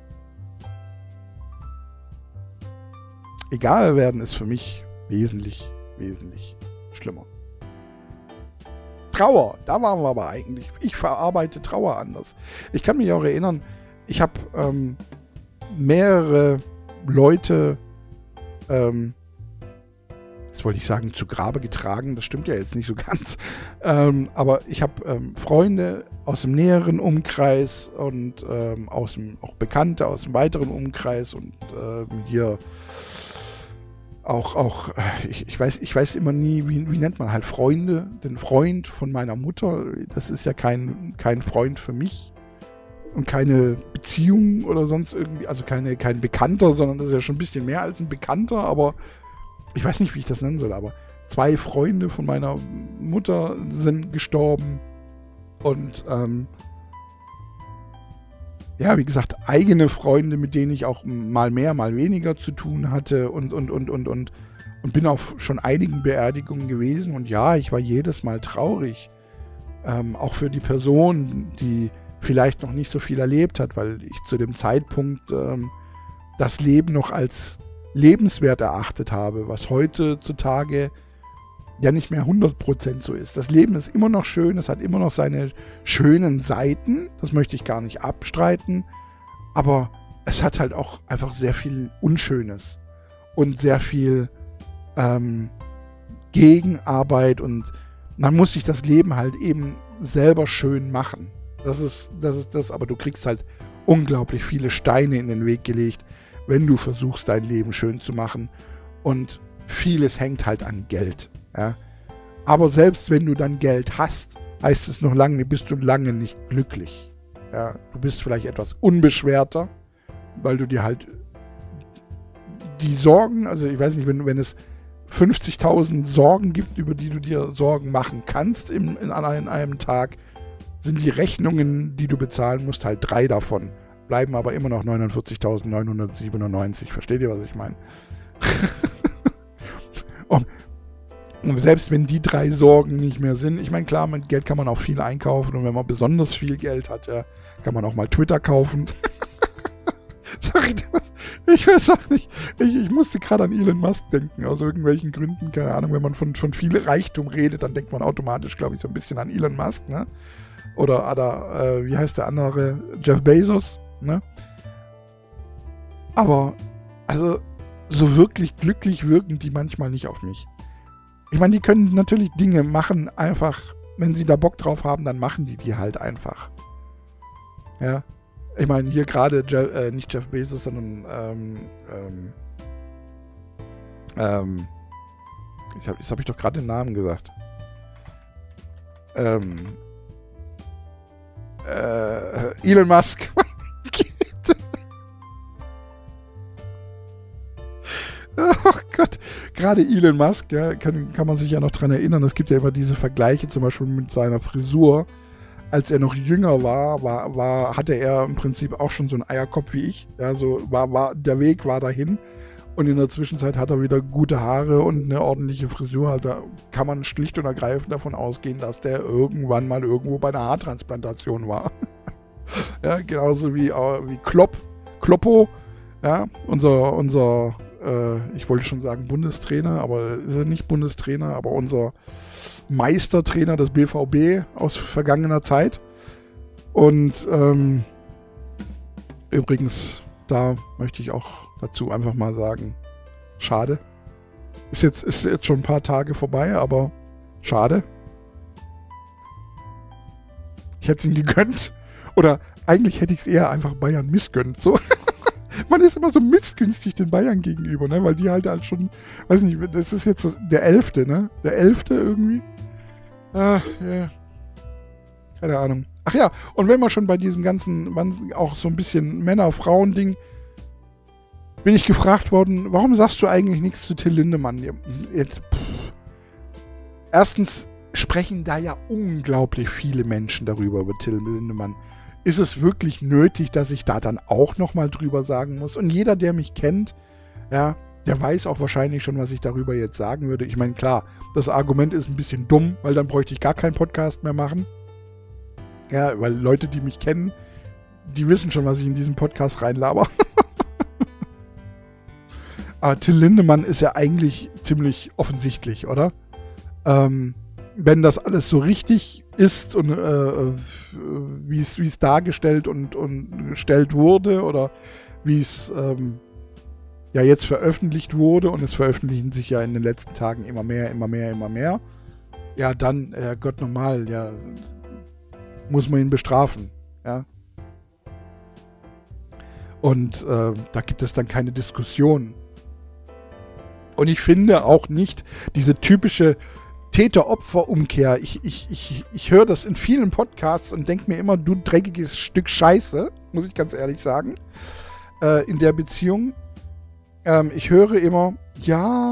Egal werden ist für mich wesentlich, wesentlich schlimmer. Trauer, da waren wir aber eigentlich. Ich verarbeite Trauer anders. Ich kann mich auch erinnern, ich habe ähm, mehrere Leute, ähm, das wollte ich sagen, zu Grabe getragen. Das stimmt ja jetzt nicht so ganz. Ähm, aber ich habe ähm, Freunde aus dem näheren Umkreis und ähm, aus dem, auch Bekannte aus dem weiteren Umkreis und ähm, hier auch, auch ich, ich, weiß, ich weiß immer nie, wie, wie nennt man halt Freunde? Den Freund von meiner Mutter, das ist ja kein, kein Freund für mich und keine Beziehung oder sonst irgendwie, also keine, kein Bekannter, sondern das ist ja schon ein bisschen mehr als ein Bekannter, aber ich weiß nicht, wie ich das nennen soll, aber zwei Freunde von meiner Mutter sind gestorben und ähm, ja, wie gesagt, eigene Freunde, mit denen ich auch mal mehr, mal weniger zu tun hatte und, und, und, und, und, und bin auf schon einigen Beerdigungen gewesen und ja, ich war jedes Mal traurig, ähm, auch für die Person, die vielleicht noch nicht so viel erlebt hat, weil ich zu dem Zeitpunkt ähm, das Leben noch als lebenswert erachtet habe, was heutzutage ja nicht mehr hundert Prozent so ist. Das Leben ist immer noch schön, es hat immer noch seine schönen Seiten, das möchte ich gar nicht abstreiten, aber es hat halt auch einfach sehr viel Unschönes und sehr viel ähm, Gegenarbeit und man muss sich das Leben halt eben selber schön machen. Das ist, das ist das, aber du kriegst halt unglaublich viele Steine in den Weg gelegt, wenn du versuchst, dein Leben schön zu machen und vieles hängt halt an Geld. Ja. Aber selbst wenn du dann Geld hast, heißt es noch lange, bist du lange nicht glücklich. Ja. Du bist vielleicht etwas unbeschwerter, weil du dir halt die Sorgen, also ich weiß nicht, wenn, wenn es fünfzigtausend Sorgen gibt, über die du dir Sorgen machen kannst im, in, an einem, einem Tag, sind die Rechnungen, die du bezahlen musst, halt drei davon. Bleiben aber immer noch neunundvierzigtausendneunhundertsiebenundneunzig. Versteht ihr, was ich meine? Und Und selbst wenn die drei Sorgen nicht mehr sind, ich meine, klar, mit Geld kann man auch viel einkaufen und wenn man besonders viel Geld hat, ja, kann man auch mal Twitter kaufen. Sorry, ich weiß auch nicht, ich, ich musste gerade an Elon Musk denken, aus irgendwelchen Gründen, keine Ahnung, wenn man von, von viel Reichtum redet, dann denkt man automatisch, glaube ich, so ein bisschen an Elon Musk, ne? Oder, oder äh, wie heißt der andere, Jeff Bezos, ne? Aber, also, so wirklich glücklich wirken die manchmal nicht auf mich. Ich meine, die können natürlich Dinge machen, einfach, wenn sie da Bock drauf haben, dann machen die die halt einfach. Ja. Ich meine, hier gerade, Je- äh, nicht Jeff Bezos, sondern, ähm, ähm, ähm, ich hab, jetzt habe ich doch gerade den Namen gesagt. Ähm, äh, Elon Musk. Oh Gott, gerade Elon Musk, ja, kann, kann man sich ja noch dran erinnern, es gibt ja immer diese Vergleiche, zum Beispiel mit seiner Frisur. Als er noch jünger war, war, war, hatte er im Prinzip auch schon so einen Eierkopf wie ich. Ja, so war, war, der Weg war dahin. Und in der Zwischenzeit hat er wieder gute Haare und eine ordentliche Frisur. Also da kann man schlicht und ergreifend davon ausgehen, dass der irgendwann mal irgendwo bei einer Haartransplantation war. Ja, genauso wie, wie Klopp, Kloppo, ja, unser, unser ich wollte schon sagen Bundestrainer, aber ist er nicht Bundestrainer, aber unser Meistertrainer des B V B aus vergangener Zeit. Und ähm, übrigens, da möchte ich auch dazu einfach mal sagen, schade. Ist jetzt, ist jetzt schon ein paar Tage vorbei, aber schade. Ich hätte es ihnen gegönnt. Oder eigentlich hätte ich es eher einfach Bayern missgönnt. So. Man ist immer so missgünstig den Bayern gegenüber, ne? Weil die halt, halt schon, weiß nicht, das ist jetzt der Elfte, ne? Der Elfte irgendwie. Ah, ja. Keine Ahnung. Ach ja, und wenn wir schon bei diesem ganzen, auch so ein bisschen Männer-Frauen-Ding, bin ich gefragt worden, warum sagst du eigentlich nichts zu Till Lindemann? Jetzt, pff. Erstens sprechen da ja unglaublich viele Menschen darüber, über Till Lindemann. Ist es wirklich nötig, dass ich da dann auch nochmal drüber sagen muss? Und jeder, der mich kennt, ja, der weiß auch wahrscheinlich schon, was ich darüber jetzt sagen würde. Ich meine, klar, das Argument ist ein bisschen dumm, weil dann bräuchte ich gar keinen Podcast mehr machen. Ja, weil Leute, die mich kennen, die wissen schon, was ich in diesen Podcast reinlaber. Aber Till Lindemann ist ja eigentlich ziemlich offensichtlich, oder? Ähm, wenn das alles so richtig ist und äh, wie es dargestellt und, und gestellt wurde oder wie es ähm, ja jetzt veröffentlicht wurde, und es veröffentlichen sich ja in den letzten Tagen immer mehr, immer mehr, immer mehr, ja dann, äh, Gott normal, ja, muss man ihn bestrafen, ja. Und äh, da gibt es dann keine Diskussion. Und ich finde auch nicht diese typische Täter-Opfer-Umkehr. Ich, ich, ich, ich höre das in vielen Podcasts und denke mir immer, du dreckiges Stück Scheiße, muss ich ganz ehrlich sagen, äh, in der Beziehung. Ähm, ich höre immer, ja,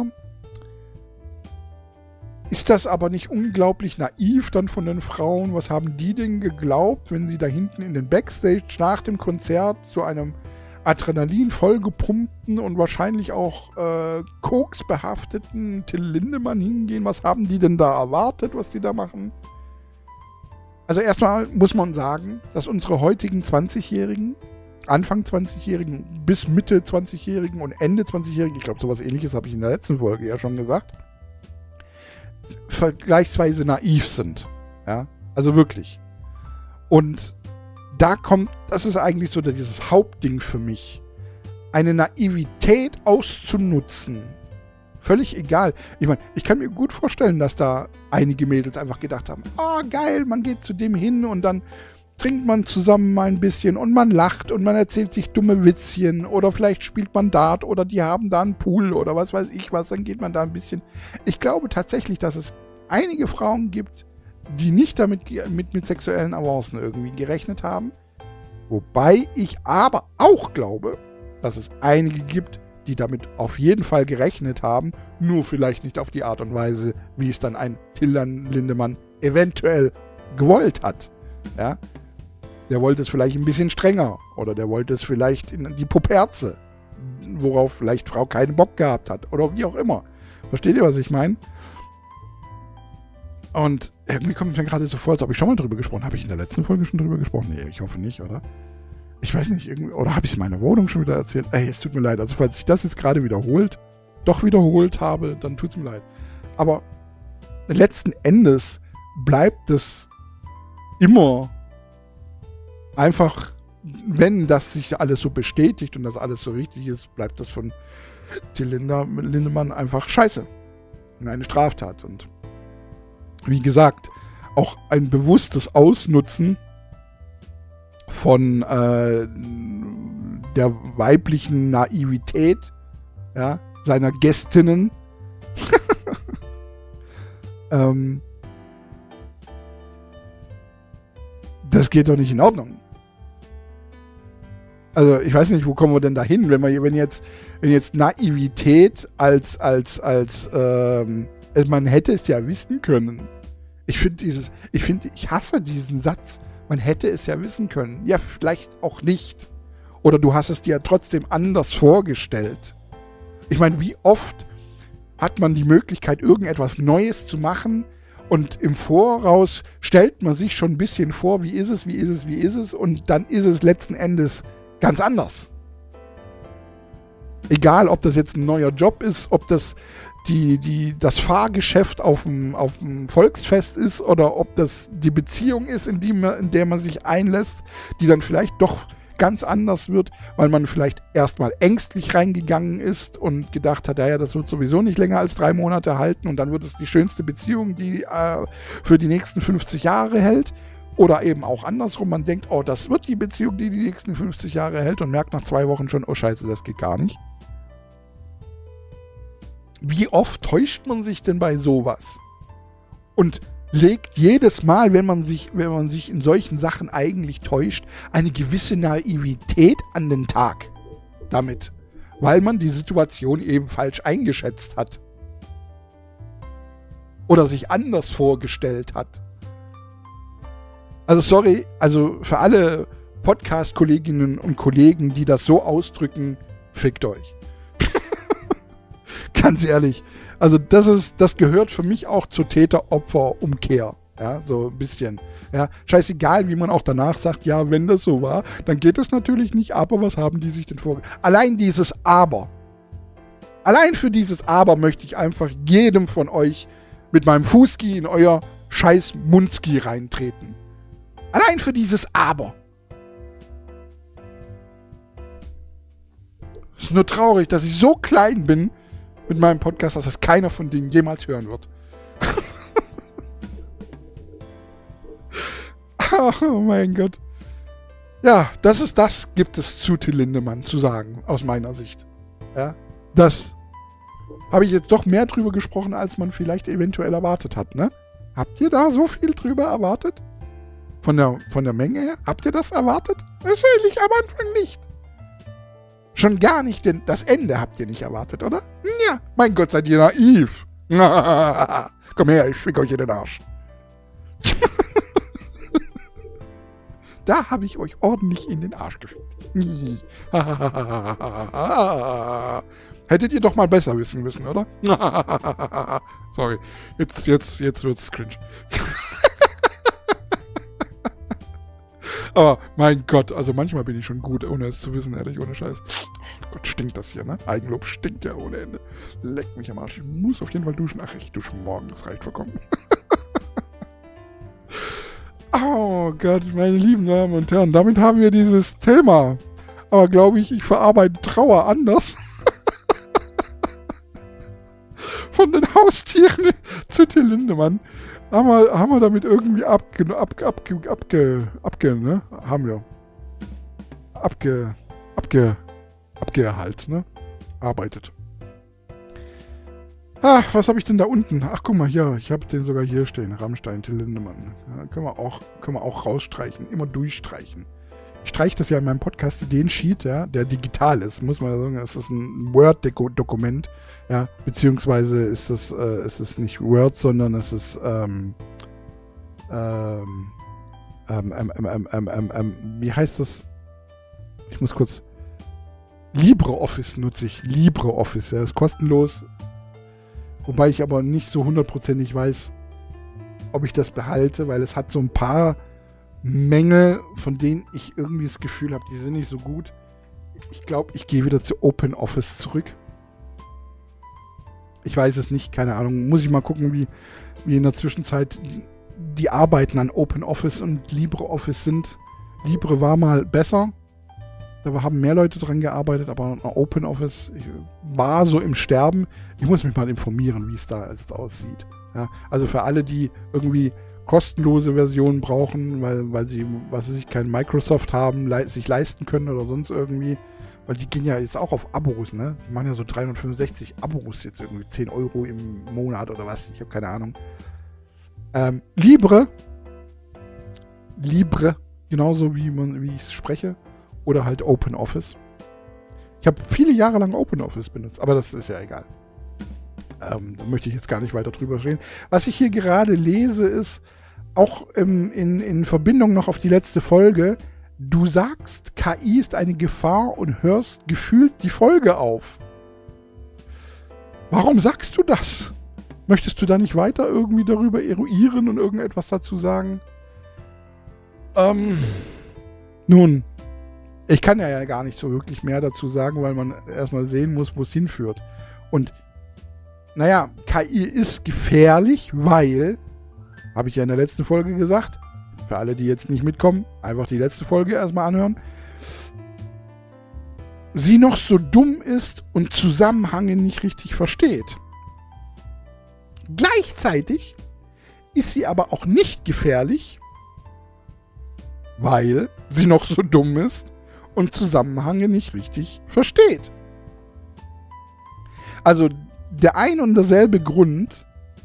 ist das aber nicht unglaublich naiv dann von den Frauen? Was haben die denn geglaubt, wenn sie da hinten in den Backstage nach dem Konzert zu einem Adrenalin vollgepumpten und wahrscheinlich auch äh, Koks behafteten Till Lindemann hingehen? Was haben die denn da erwartet, was die da machen? Also erstmal muss man sagen, dass unsere heutigen zwanzigjährigen, Anfang zwanzigjährigen bis Mitte zwanzigjährigen und Ende zwanzigjährigen, ich glaube sowas ähnliches habe ich in der letzten Folge ja schon gesagt, vergleichsweise naiv sind. Ja, also wirklich. Und da kommt, das ist eigentlich so dieses Hauptding für mich, eine Naivität auszunutzen. Völlig egal. Ich meine, ich kann mir gut vorstellen, dass da einige Mädels einfach gedacht haben, ah, oh, geil, man geht zu dem hin und dann trinkt man zusammen mal ein bisschen und man lacht und man erzählt sich dumme Witzchen oder vielleicht spielt man Dart oder die haben da einen Pool oder was weiß ich was, dann geht man da ein bisschen. Ich glaube tatsächlich, dass es einige Frauen gibt, die nicht damit mit, mit sexuellen Avancen irgendwie gerechnet haben. Wobei ich aber auch glaube, dass es einige gibt, die damit auf jeden Fall gerechnet haben, nur vielleicht nicht auf die Art und Weise, wie es dann ein Till Lindemann eventuell gewollt hat. Ja? Der wollte es vielleicht ein bisschen strenger oder der wollte es vielleicht in die Poperze, worauf vielleicht Frau keinen Bock gehabt hat oder wie auch immer. Versteht ihr, was ich meine? Und irgendwie kommt mir gerade so vor, als ob ich schon mal drüber gesprochen habe. Habe ich in der letzten Folge schon drüber gesprochen? Nee, ich hoffe nicht, oder? Ich weiß nicht, irgendwie, oder habe ich es in meiner Wohnung schon wieder erzählt? Ey, es tut mir leid. Also falls ich das jetzt gerade wiederholt, doch wiederholt habe, dann tut es mir leid. Aber letzten Endes bleibt es immer einfach, wenn das sich alles so bestätigt und das alles so richtig ist, bleibt das von Till Lindemann einfach scheiße. Und eine Straftat. Und wie gesagt, auch ein bewusstes Ausnutzen von äh, der weiblichen Naivität, ja, seiner Gästinnen. ähm, das geht doch nicht in Ordnung. Also ich weiß nicht, wo kommen wir denn da hin, wenn wir, wenn jetzt, wenn jetzt Naivität als, als, als, ähm, man hätte es ja wissen können. Ich finde dieses, ich finde, ich hasse diesen Satz. Man hätte es ja wissen können. Ja, vielleicht auch nicht. Oder du hast es dir trotzdem anders vorgestellt. Ich meine, wie oft hat man die Möglichkeit, irgendetwas Neues zu machen und im Voraus stellt man sich schon ein bisschen vor, wie ist es, wie ist es, wie ist es und dann ist es letzten Endes ganz anders. Egal, ob das jetzt ein neuer Job ist, ob das die, die, das Fahrgeschäft auf dem, auf dem Volksfest ist oder ob das die Beziehung ist, in, die man, in der man sich einlässt, die dann vielleicht doch ganz anders wird, weil man vielleicht erstmal ängstlich reingegangen ist und gedacht hat, ja, ja, das wird sowieso nicht länger als drei Monate halten und dann wird es die schönste Beziehung, die äh, für die nächsten fünfzig Jahre hält. Oder eben auch andersrum, man denkt, oh, das wird die Beziehung, die die nächsten fünfzig Jahre hält und merkt nach zwei Wochen schon, oh scheiße, das geht gar nicht. Wie oft täuscht man sich denn bei sowas? Und legt jedes Mal, wenn man sich, wenn man sich in solchen Sachen eigentlich täuscht, eine gewisse Naivität an den Tag damit, weil man die Situation eben falsch eingeschätzt hat. Oder sich anders vorgestellt hat. Also sorry, also für alle Podcast-Kolleginnen und Kollegen, die das so ausdrücken, fickt euch. Ganz ehrlich. Also das ist, das gehört für mich auch zur Täter-Opfer-Umkehr. Ja, so ein bisschen. Ja, scheißegal, wie man auch danach sagt, ja, wenn das so war, dann geht es natürlich nicht, aber was haben die sich denn vorgestellt? Allein dieses Aber. Allein für dieses Aber möchte ich einfach jedem von euch mit meinem Fußski in euer scheiß Mundski reintreten. Allein für dieses Aber. Es ist nur traurig, dass ich so klein bin mit meinem Podcast, dass das keiner von denen jemals hören wird. Oh mein Gott. Ja, das ist das, gibt es zu Till Lindemann zu sagen, aus meiner Sicht. Ja, das habe ich jetzt doch mehr drüber gesprochen, als man vielleicht eventuell erwartet hat, ne? Habt ihr da so viel drüber erwartet? Von der, von der Menge her? Habt ihr das erwartet? Wahrscheinlich am Anfang nicht. Schon gar nicht, denn das Ende habt ihr nicht erwartet, oder? Ja, mein Gott, seid ihr naiv. Komm her, ich fick euch in den Arsch. Da habe ich euch ordentlich in den Arsch gefickt. Hättet ihr doch mal besser wissen müssen, oder? Sorry, jetzt, jetzt, jetzt wird's cringe. Aber mein Gott, also manchmal bin ich schon gut, ohne es zu wissen, ehrlich, ohne Scheiß. Oh Gott, stinkt das hier, ne? Eigenlob stinkt ja ohne Ende. Leck mich am Arsch. Ich muss auf jeden Fall duschen. Ach, ich dusche morgen, das reicht vollkommen. Oh Gott, meine lieben Damen und Herren, damit haben wir dieses Thema. Aber glaube ich, ich verarbeite Trauer anders. Von den Haustieren zu Till Lindemann. Haben wir, haben wir damit irgendwie abge, abge, abge, abge, abge, ne? Haben wir. Abge, abge, abgehalt, ne? Arbeitet. Ah, was habe ich denn da unten? Ach, guck mal hier, ich habe den sogar hier stehen. Rammstein, Till Lindemann. Ja, können wir auch, können wir auch rausstreichen, immer durchstreichen. Ich streiche das ja in meinem Podcast Ideensheet, ja, der digital ist, muss man sagen. Das ist ein Word-Dokument, ja, beziehungsweise ist es, äh, ist es nicht Word, sondern es ist, ähm, ähm, ähm, ähm, ähm, ähm, ähm, ähm, wie heißt das? Ich muss kurz, LibreOffice nutze ich, LibreOffice, ja, ist kostenlos, wobei ich aber nicht so hundertprozentig weiß, ob ich das behalte, weil es hat so ein paar Mängel, von denen ich irgendwie das Gefühl habe, die sind nicht so gut. Ich glaube, ich gehe wieder zu OpenOffice zurück. Ich weiß es nicht, keine Ahnung. Muss ich mal gucken, wie, wie in der Zwischenzeit die Arbeiten an OpenOffice und LibreOffice sind. Libre war mal besser. Da haben mehr Leute dran gearbeitet, aber an OpenOffice war so im Sterben. Ich muss mich mal informieren, wie es da jetzt aussieht. Ja, also für alle, die irgendwie kostenlose Versionen brauchen, weil, weil sie, was weiß ich, kein Microsoft haben, le- sich leisten können oder sonst irgendwie. Weil die gehen ja jetzt auch auf Abos, ne? Die machen ja so dreihundertfünfundsechzig Abos jetzt irgendwie, zehn Euro im Monat oder was, ich habe keine Ahnung. Ähm, Libre, Libre, genauso wie man, wie ich es spreche, oder halt OpenOffice. Ich habe viele Jahre lang OpenOffice benutzt, aber das ist ja egal. Ähm, da möchte ich jetzt gar nicht weiter drüber reden. Was ich hier gerade lese, ist auch im, in, in Verbindung noch auf die letzte Folge, du sagst, K I ist eine Gefahr und hörst gefühlt die Folge auf. Warum sagst du das? Möchtest du da nicht weiter irgendwie darüber eruieren und irgendetwas dazu sagen? Ähm, nun, ich kann ja gar nicht so wirklich mehr dazu sagen, weil man erstmal sehen muss, wo es hinführt. Und naja, K I ist gefährlich, weil, habe ich ja in der letzten Folge gesagt, für alle, die jetzt nicht mitkommen, einfach die letzte Folge erstmal anhören, sie noch so dumm ist und Zusammenhänge nicht richtig versteht. Gleichzeitig ist sie aber auch nicht gefährlich, weil sie noch so dumm ist und Zusammenhänge nicht richtig versteht. Also der ein und derselbe Grund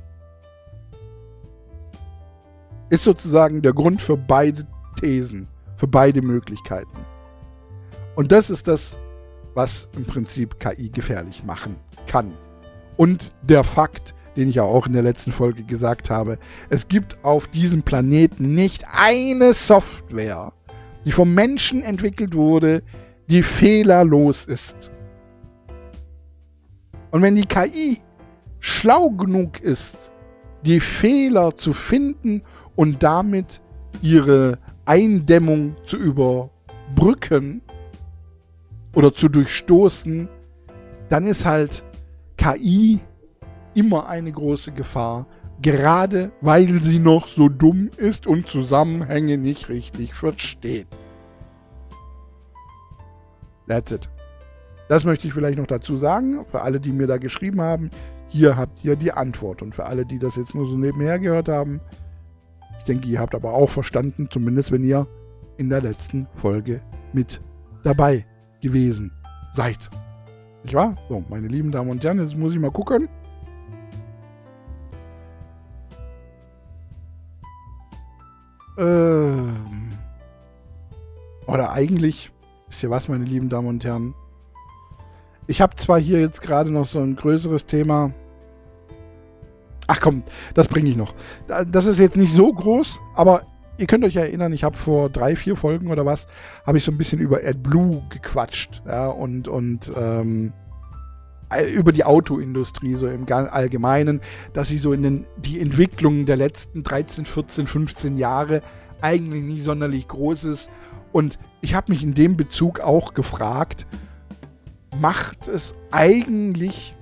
ist sozusagen der Grund für beide Thesen, für beide Möglichkeiten. Und das ist das, was im Prinzip K I gefährlich machen kann. Und der Fakt, den ich ja auch in der letzten Folge gesagt habe, es gibt auf diesem Planeten nicht eine Software, die vom Menschen entwickelt wurde, die fehlerlos ist. Und wenn die K I schlau genug ist, die Fehler zu finden und damit ihre Eindämmung zu überbrücken oder zu durchstoßen, dann ist halt K I immer eine große Gefahr, gerade weil sie noch so dumm ist und Zusammenhänge nicht richtig versteht. That's it. Das möchte ich vielleicht noch dazu sagen, für alle, die mir da geschrieben haben. Hier habt ihr die Antwort. Und für alle, die das jetzt nur so nebenher gehört haben, ich denke, ihr habt aber auch verstanden, zumindest wenn ihr in der letzten Folge mit dabei gewesen seid. Nicht wahr? So, meine lieben Damen und Herren, jetzt muss ich mal gucken. Ähm. Oder eigentlich, wisst ihr was, meine lieben Damen und Herren? Ich habe zwar hier jetzt gerade noch so ein größeres Thema. Ach komm, das bringe ich noch. Das ist jetzt nicht so groß, aber ihr könnt euch erinnern, ich habe vor drei, vier Folgen oder was, habe ich so ein bisschen über AdBlue gequatscht. Ja, und, und ähm, über die Autoindustrie so im Allgemeinen, dass sie so in den, die Entwicklung der letzten dreizehn, vierzehn, fünfzehn Jahre eigentlich nicht sonderlich groß ist. Und ich habe mich in dem Bezug auch gefragt, macht es eigentlich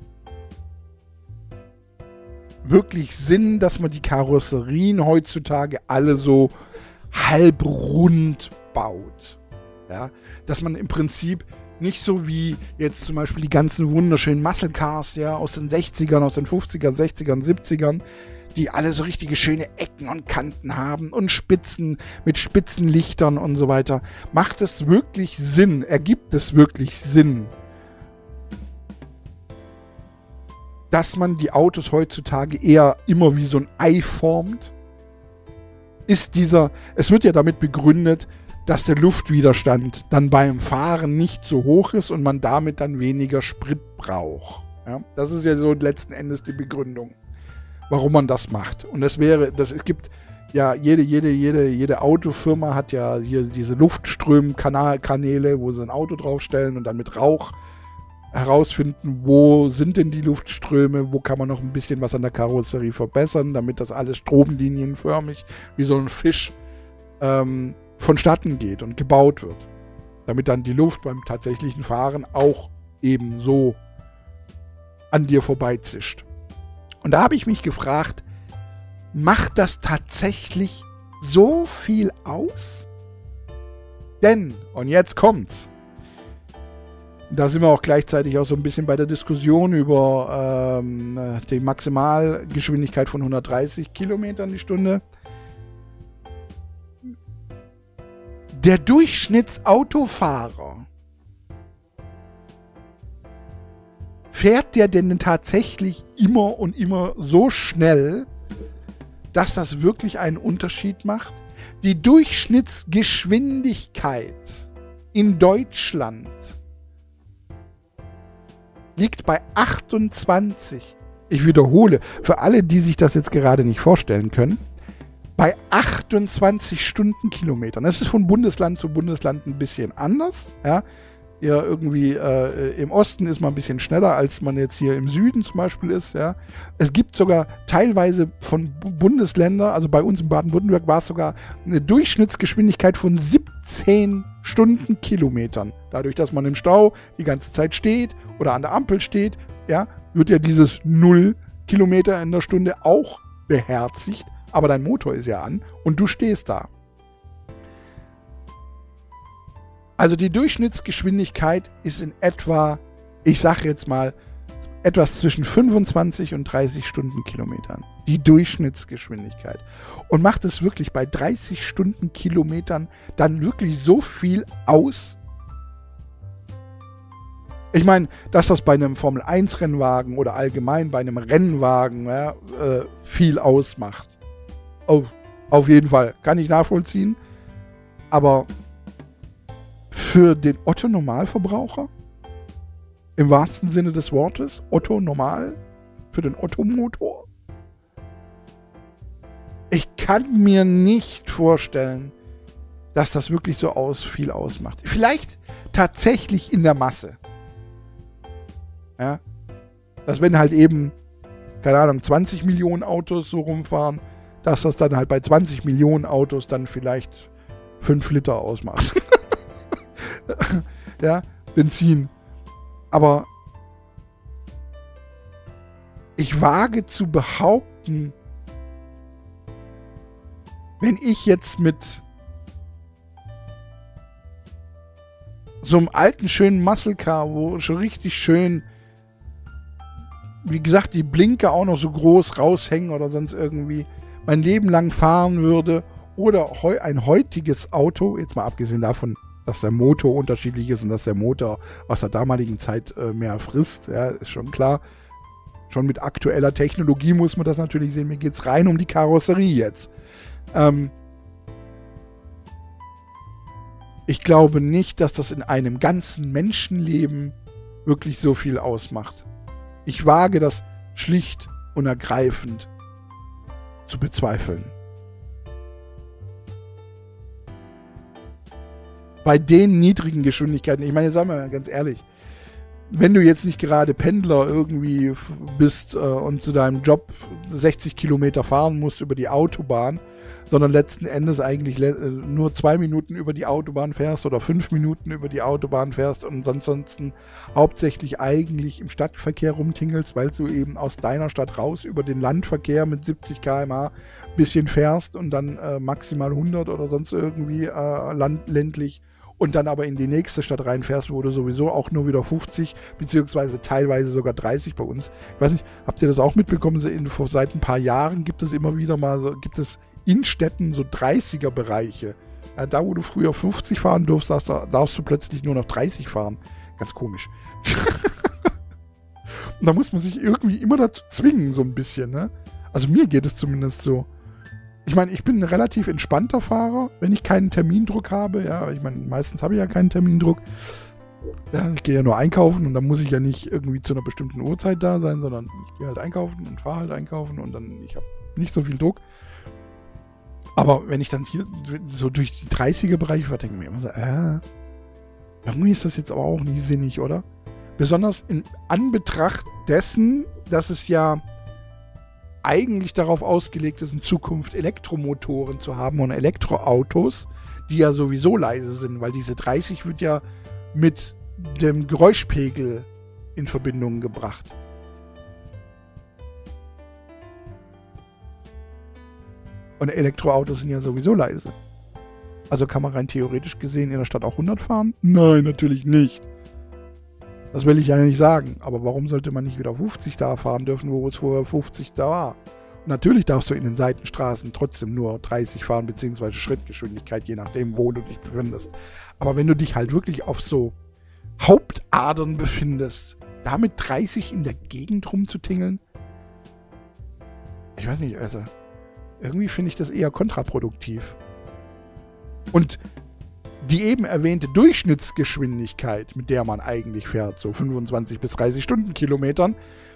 wirklich Sinn, dass man die Karosserien heutzutage alle so halb rund baut? Ja? Dass man im Prinzip nicht so wie jetzt zum Beispiel die ganzen wunderschönen Muscle Cars, ja, aus den sechzigern, aus den fünfzigern, sechzigern, siebzigern, die alle so richtige schöne Ecken und Kanten haben und Spitzen mit Spitzenlichtern und so weiter. Macht es wirklich Sinn? Ergibt es wirklich Sinn, dass man die Autos heutzutage eher immer wie so ein Ei formt? Ist dieser, es wird ja damit begründet, dass der Luftwiderstand dann beim Fahren nicht so hoch ist und man damit dann weniger Sprit braucht. Ja, das ist ja so letzten Endes die Begründung, warum man das macht. Und es wäre, das, es gibt ja, jede, jede, jede, jede Autofirma hat ja hier diese Luftströmkanäle, wo sie ein Auto draufstellen und dann mit Rauch herausfinden, wo sind denn die Luftströme, wo kann man noch ein bisschen was an der Karosserie verbessern, damit das alles stromlinienförmig wie so ein Fisch ähm, vonstatten geht und gebaut wird. Damit dann die Luft beim tatsächlichen Fahren auch ebenso an dir vorbeizischt. Und da habe ich mich gefragt, macht das tatsächlich so viel aus? Denn, und jetzt kommt's, da sind wir auch gleichzeitig auch so ein bisschen bei der Diskussion über ähm, die Maximalgeschwindigkeit von hundertdreißig Kilometern die Stunde. Der Durchschnittsautofahrer, fährt der denn tatsächlich immer und immer so schnell, dass das wirklich einen Unterschied macht? Die Durchschnittsgeschwindigkeit in Deutschland liegt bei achtundzwanzig. Ich wiederhole, für alle, die sich das jetzt gerade nicht vorstellen können, bei achtundzwanzig Stundenkilometern. Das ist von Bundesland zu Bundesland ein bisschen anders. Ja, ja irgendwie äh, im Osten ist man ein bisschen schneller, als man jetzt hier im Süden zum Beispiel ist. Ja. Es gibt sogar teilweise von Bundesländern, also bei uns in Baden-Württemberg war es sogar eine Durchschnittsgeschwindigkeit von siebzehn Stundenkilometern. Dadurch, dass man im Stau die ganze Zeit steht oder an der Ampel steht, ja, wird ja dieses null Kilometer in der Stunde auch beherzigt. Aber dein Motor ist ja an und du stehst da. Also die Durchschnittsgeschwindigkeit ist in etwa, ich sage jetzt mal, etwas zwischen fünfundzwanzig und dreißig Stundenkilometern. Die Durchschnittsgeschwindigkeit. Und macht es wirklich bei dreißig Stundenkilometern dann wirklich so viel aus? Ich meine, dass das bei einem Formel eins Rennwagen oder allgemein bei einem Rennwagen ja, äh, viel ausmacht. Oh, auf jeden Fall. Kann ich nachvollziehen. Aber für den Otto-Normalverbraucher, im wahrsten Sinne des Wortes, Otto-Normal, für den Ottomotor, ich kann mir nicht vorstellen, dass das wirklich so aus, viel ausmacht. Vielleicht tatsächlich in der Masse. Ja? Dass wenn halt eben, keine Ahnung, zwanzig Millionen Autos so rumfahren, dass das dann halt bei zwanzig Millionen Autos dann vielleicht fünf Liter ausmacht. Ja, Benzin. Aber ich wage zu behaupten, wenn ich jetzt mit so einem alten, schönen Muscle Car, wo schon richtig schön, wie gesagt, die Blinker auch noch so groß raushängen oder sonst irgendwie, mein Leben lang fahren würde, oder heu, ein heutiges Auto, jetzt mal abgesehen davon, dass der Motor unterschiedlich ist und dass der Motor aus der damaligen Zeit äh, mehr frisst, ja, ist schon klar. Schon mit aktueller Technologie muss man das natürlich sehen. Mir geht es rein um die Karosserie jetzt. Ähm ich glaube nicht, dass das in einem ganzen Menschenleben wirklich so viel ausmacht. Ich wage das schlicht und ergreifend zu bezweifeln. Bei den niedrigen Geschwindigkeiten, ich meine, sagen wir mal ganz ehrlich, wenn du jetzt nicht gerade Pendler irgendwie f- bist äh, und zu deinem Job sechzig Kilometer fahren musst über die Autobahn, sondern letzten Endes eigentlich le- äh, nur zwei Minuten über die Autobahn fährst oder fünf Minuten über die Autobahn fährst und ansonsten hauptsächlich eigentlich im Stadtverkehr rumtingelst, weil du eben aus deiner Stadt raus über den Landverkehr mit siebzig Kilometer pro Stunde bisschen fährst und dann äh, maximal hundert oder sonst irgendwie äh, land- ländlich und dann aber in die nächste Stadt reinfährst, wo du sowieso auch nur wieder fünfzig, beziehungsweise teilweise sogar dreißig bei uns. Ich weiß nicht, habt ihr das auch mitbekommen? Seit ein paar Jahren gibt es immer wieder mal so, gibt es in Städten so dreißiger-Bereiche. Ja, da, wo du früher fünfzig fahren durfst, darfst, darfst du plötzlich nur noch dreißig fahren. Ganz komisch. Und da muss man sich irgendwie immer dazu zwingen, so ein bisschen, ne? Also mir geht es zumindest so. Ich meine, ich bin ein relativ entspannter Fahrer, wenn ich keinen Termindruck habe. Ja, ich meine, meistens habe ich ja keinen Termindruck. Ja, ich gehe ja nur einkaufen und dann muss ich ja nicht irgendwie zu einer bestimmten Uhrzeit da sein, sondern ich gehe halt einkaufen und fahre halt einkaufen und dann, ich habe nicht so viel Druck. Aber wenn ich dann hier so durch die dreißiger-Bereiche fahre, denke ich mir immer so, äh, irgendwie ist das jetzt aber auch nicht sinnig, oder? Besonders in Anbetracht dessen, dass es ja eigentlich darauf ausgelegt ist, in Zukunft Elektromotoren zu haben und Elektroautos, die ja sowieso leise sind, weil diese dreißig wird ja mit dem Geräuschpegel in Verbindung gebracht. Und Elektroautos sind ja sowieso leise. Also kann man rein theoretisch gesehen in der Stadt auch hundert fahren? Nein, natürlich nicht. Das will ich ja nicht sagen. Aber warum sollte man nicht wieder fünfzig da fahren dürfen, wo es vorher fünfzig da war? Und natürlich darfst du in den Seitenstraßen trotzdem nur dreißig fahren, beziehungsweise Schrittgeschwindigkeit, je nachdem, wo du dich befindest. Aber wenn du dich halt wirklich auf so Hauptadern befindest, damit dreißig in der Gegend rumzutingeln, ich weiß nicht, also irgendwie finde ich das eher kontraproduktiv. Und die eben erwähnte Durchschnittsgeschwindigkeit, mit der man eigentlich fährt, so fünfundzwanzig bis dreißig Stundenkilometern,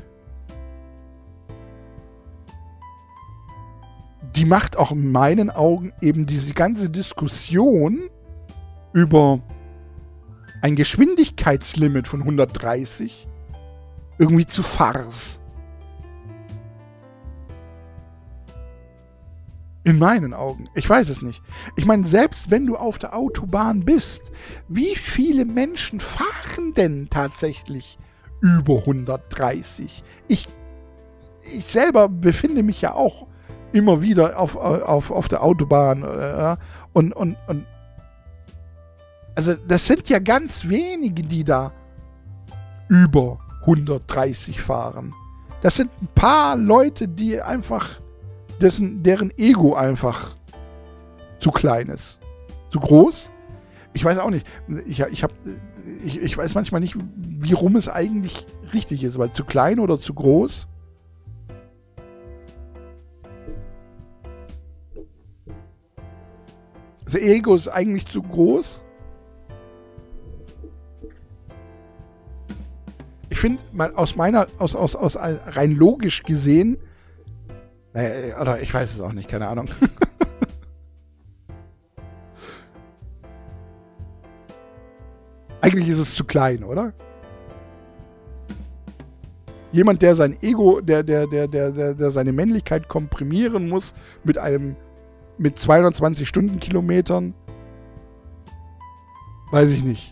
die macht auch in meinen Augen eben diese ganze Diskussion über ein Geschwindigkeitslimit von hundertdreißig irgendwie zu Farce. In meinen Augen. Ich weiß es nicht. Ich meine, selbst wenn du auf der Autobahn bist, wie viele Menschen fahren denn tatsächlich über hundertdreißig? Ich, ich selber befinde mich ja auch immer wieder auf, auf, auf der Autobahn. Äh, und, und, und also das sind ja ganz wenige, die da über hundertdreißig fahren. Das sind ein paar Leute, die einfach, dessen, deren Ego einfach zu klein ist. Zu groß? Ich weiß auch nicht. Ich, ich, hab, ich, ich weiß manchmal nicht, wie rum es eigentlich richtig ist, weil zu klein oder zu groß? Das Ego ist eigentlich zu groß. Ich finde, aus meiner, aus, aus, aus rein logisch gesehen, naja, oder ich weiß es auch nicht, keine Ahnung. Eigentlich ist es zu klein, oder? Jemand, der sein Ego, der, der, der, der, der, der seine Männlichkeit komprimieren muss mit einem, mit zweihundertzwanzig Stundenkilometern, weiß ich nicht.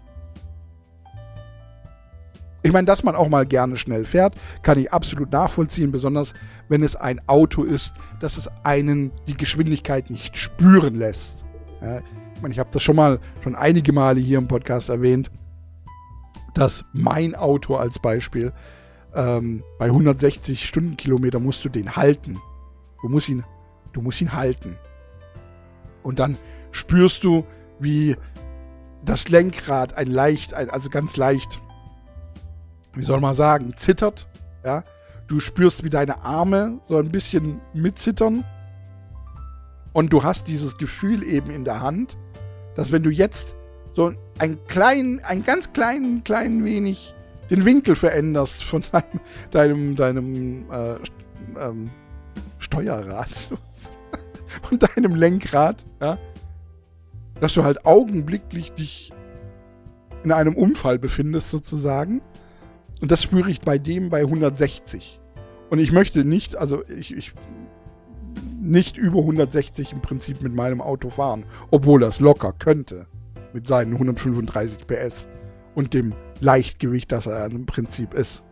Ich meine, dass man auch mal gerne schnell fährt, kann ich absolut nachvollziehen, besonders wenn es ein Auto ist, dass es einen die Geschwindigkeit nicht spüren lässt. Ja, ich meine, ich habe das schon mal, schon einige Male hier im Podcast erwähnt, dass mein Auto als Beispiel ähm, bei hundertsechzig Stundenkilometer musst du den halten. Du musst ihn, du musst ihn halten. Und dann spürst du, wie das Lenkrad ein leicht, ein, also ganz leicht, wie soll man sagen, zittert. Ja? Du spürst, wie deine Arme so ein bisschen mitzittern. Und du hast dieses Gefühl eben in der Hand, dass wenn du jetzt so einen kleinen, einen ganz kleinen, kleinen wenig den Winkel veränderst von deinem, deinem, deinem äh, ähm, Steuerrad und deinem Lenkrad, ja, dass du halt augenblicklich dich in einem Unfall befindest sozusagen. Und das spüre ich bei dem bei hundertsechzig. Und ich möchte nicht, also ich, ich nicht über hundertsechzig im Prinzip mit meinem Auto fahren, obwohl er es locker könnte mit seinen hundertfünfunddreißig P S und dem Leichtgewicht, das er im Prinzip ist.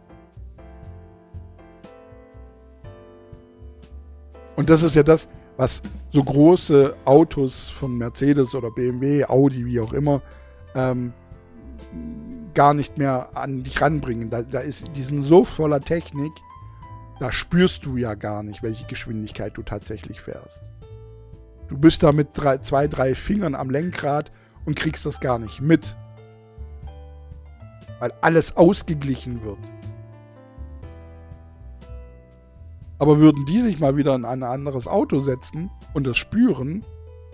Und das ist ja das, was so große Autos von Mercedes oder B M W, Audi, wie auch immer, ähm, gar nicht mehr an dich ranbringen. Da, da ist, die sind so voller Technik, da spürst du ja gar nicht, welche Geschwindigkeit du tatsächlich fährst. Du bist da mit drei, zwei, drei Fingern am Lenkrad und kriegst das gar nicht mit. Weil alles ausgeglichen wird. Aber würden die sich mal wieder in ein anderes Auto setzen und das spüren,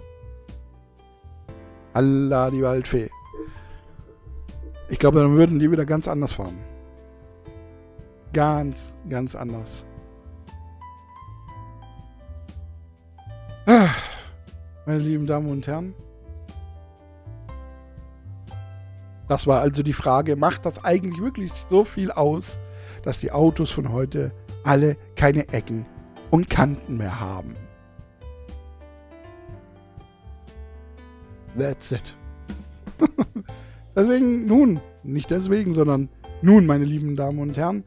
Allah die Waldfee. Ich glaube, dann würden die wieder ganz anders fahren. Ganz, ganz anders. Ah, meine lieben Damen und Herren. Das war also die Frage, macht das eigentlich wirklich so viel aus, dass die Autos von heute alle keine Ecken und Kanten mehr haben? That's it. Deswegen, nun, nicht deswegen, sondern nun, meine lieben Damen und Herren,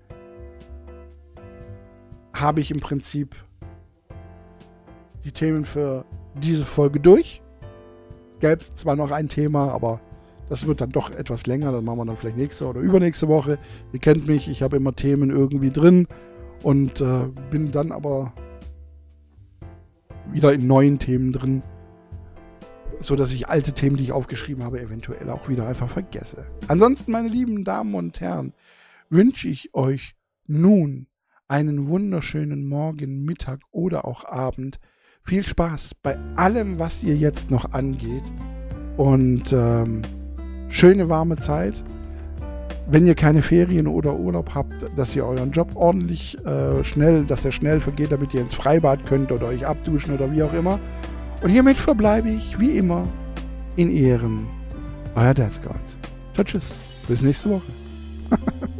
habe ich im Prinzip die Themen für diese Folge durch. Es gäbe zwar noch ein Thema, aber das wird dann doch etwas länger. Das machen wir dann vielleicht nächste oder übernächste Woche. Ihr kennt mich, ich habe immer Themen irgendwie drin und äh, bin dann aber wieder in neuen Themen drin, so dass ich alte Themen, die ich aufgeschrieben habe, eventuell auch wieder einfach vergesse. Ansonsten, meine lieben Damen und Herren, wünsche ich euch nun einen wunderschönen Morgen, Mittag oder auch Abend. Viel Spaß bei allem, was ihr jetzt noch angeht. Und ähm, schöne warme Zeit. Wenn ihr keine Ferien oder Urlaub habt, dass ihr euren Job ordentlich äh, schnell, dass er schnell vergeht, damit ihr ins Freibad könnt oder euch abduschen oder wie auch immer. Und hiermit verbleibe ich, wie immer, in Ehren. Euer Death God. Ciao, tschüss. Bis nächste Woche.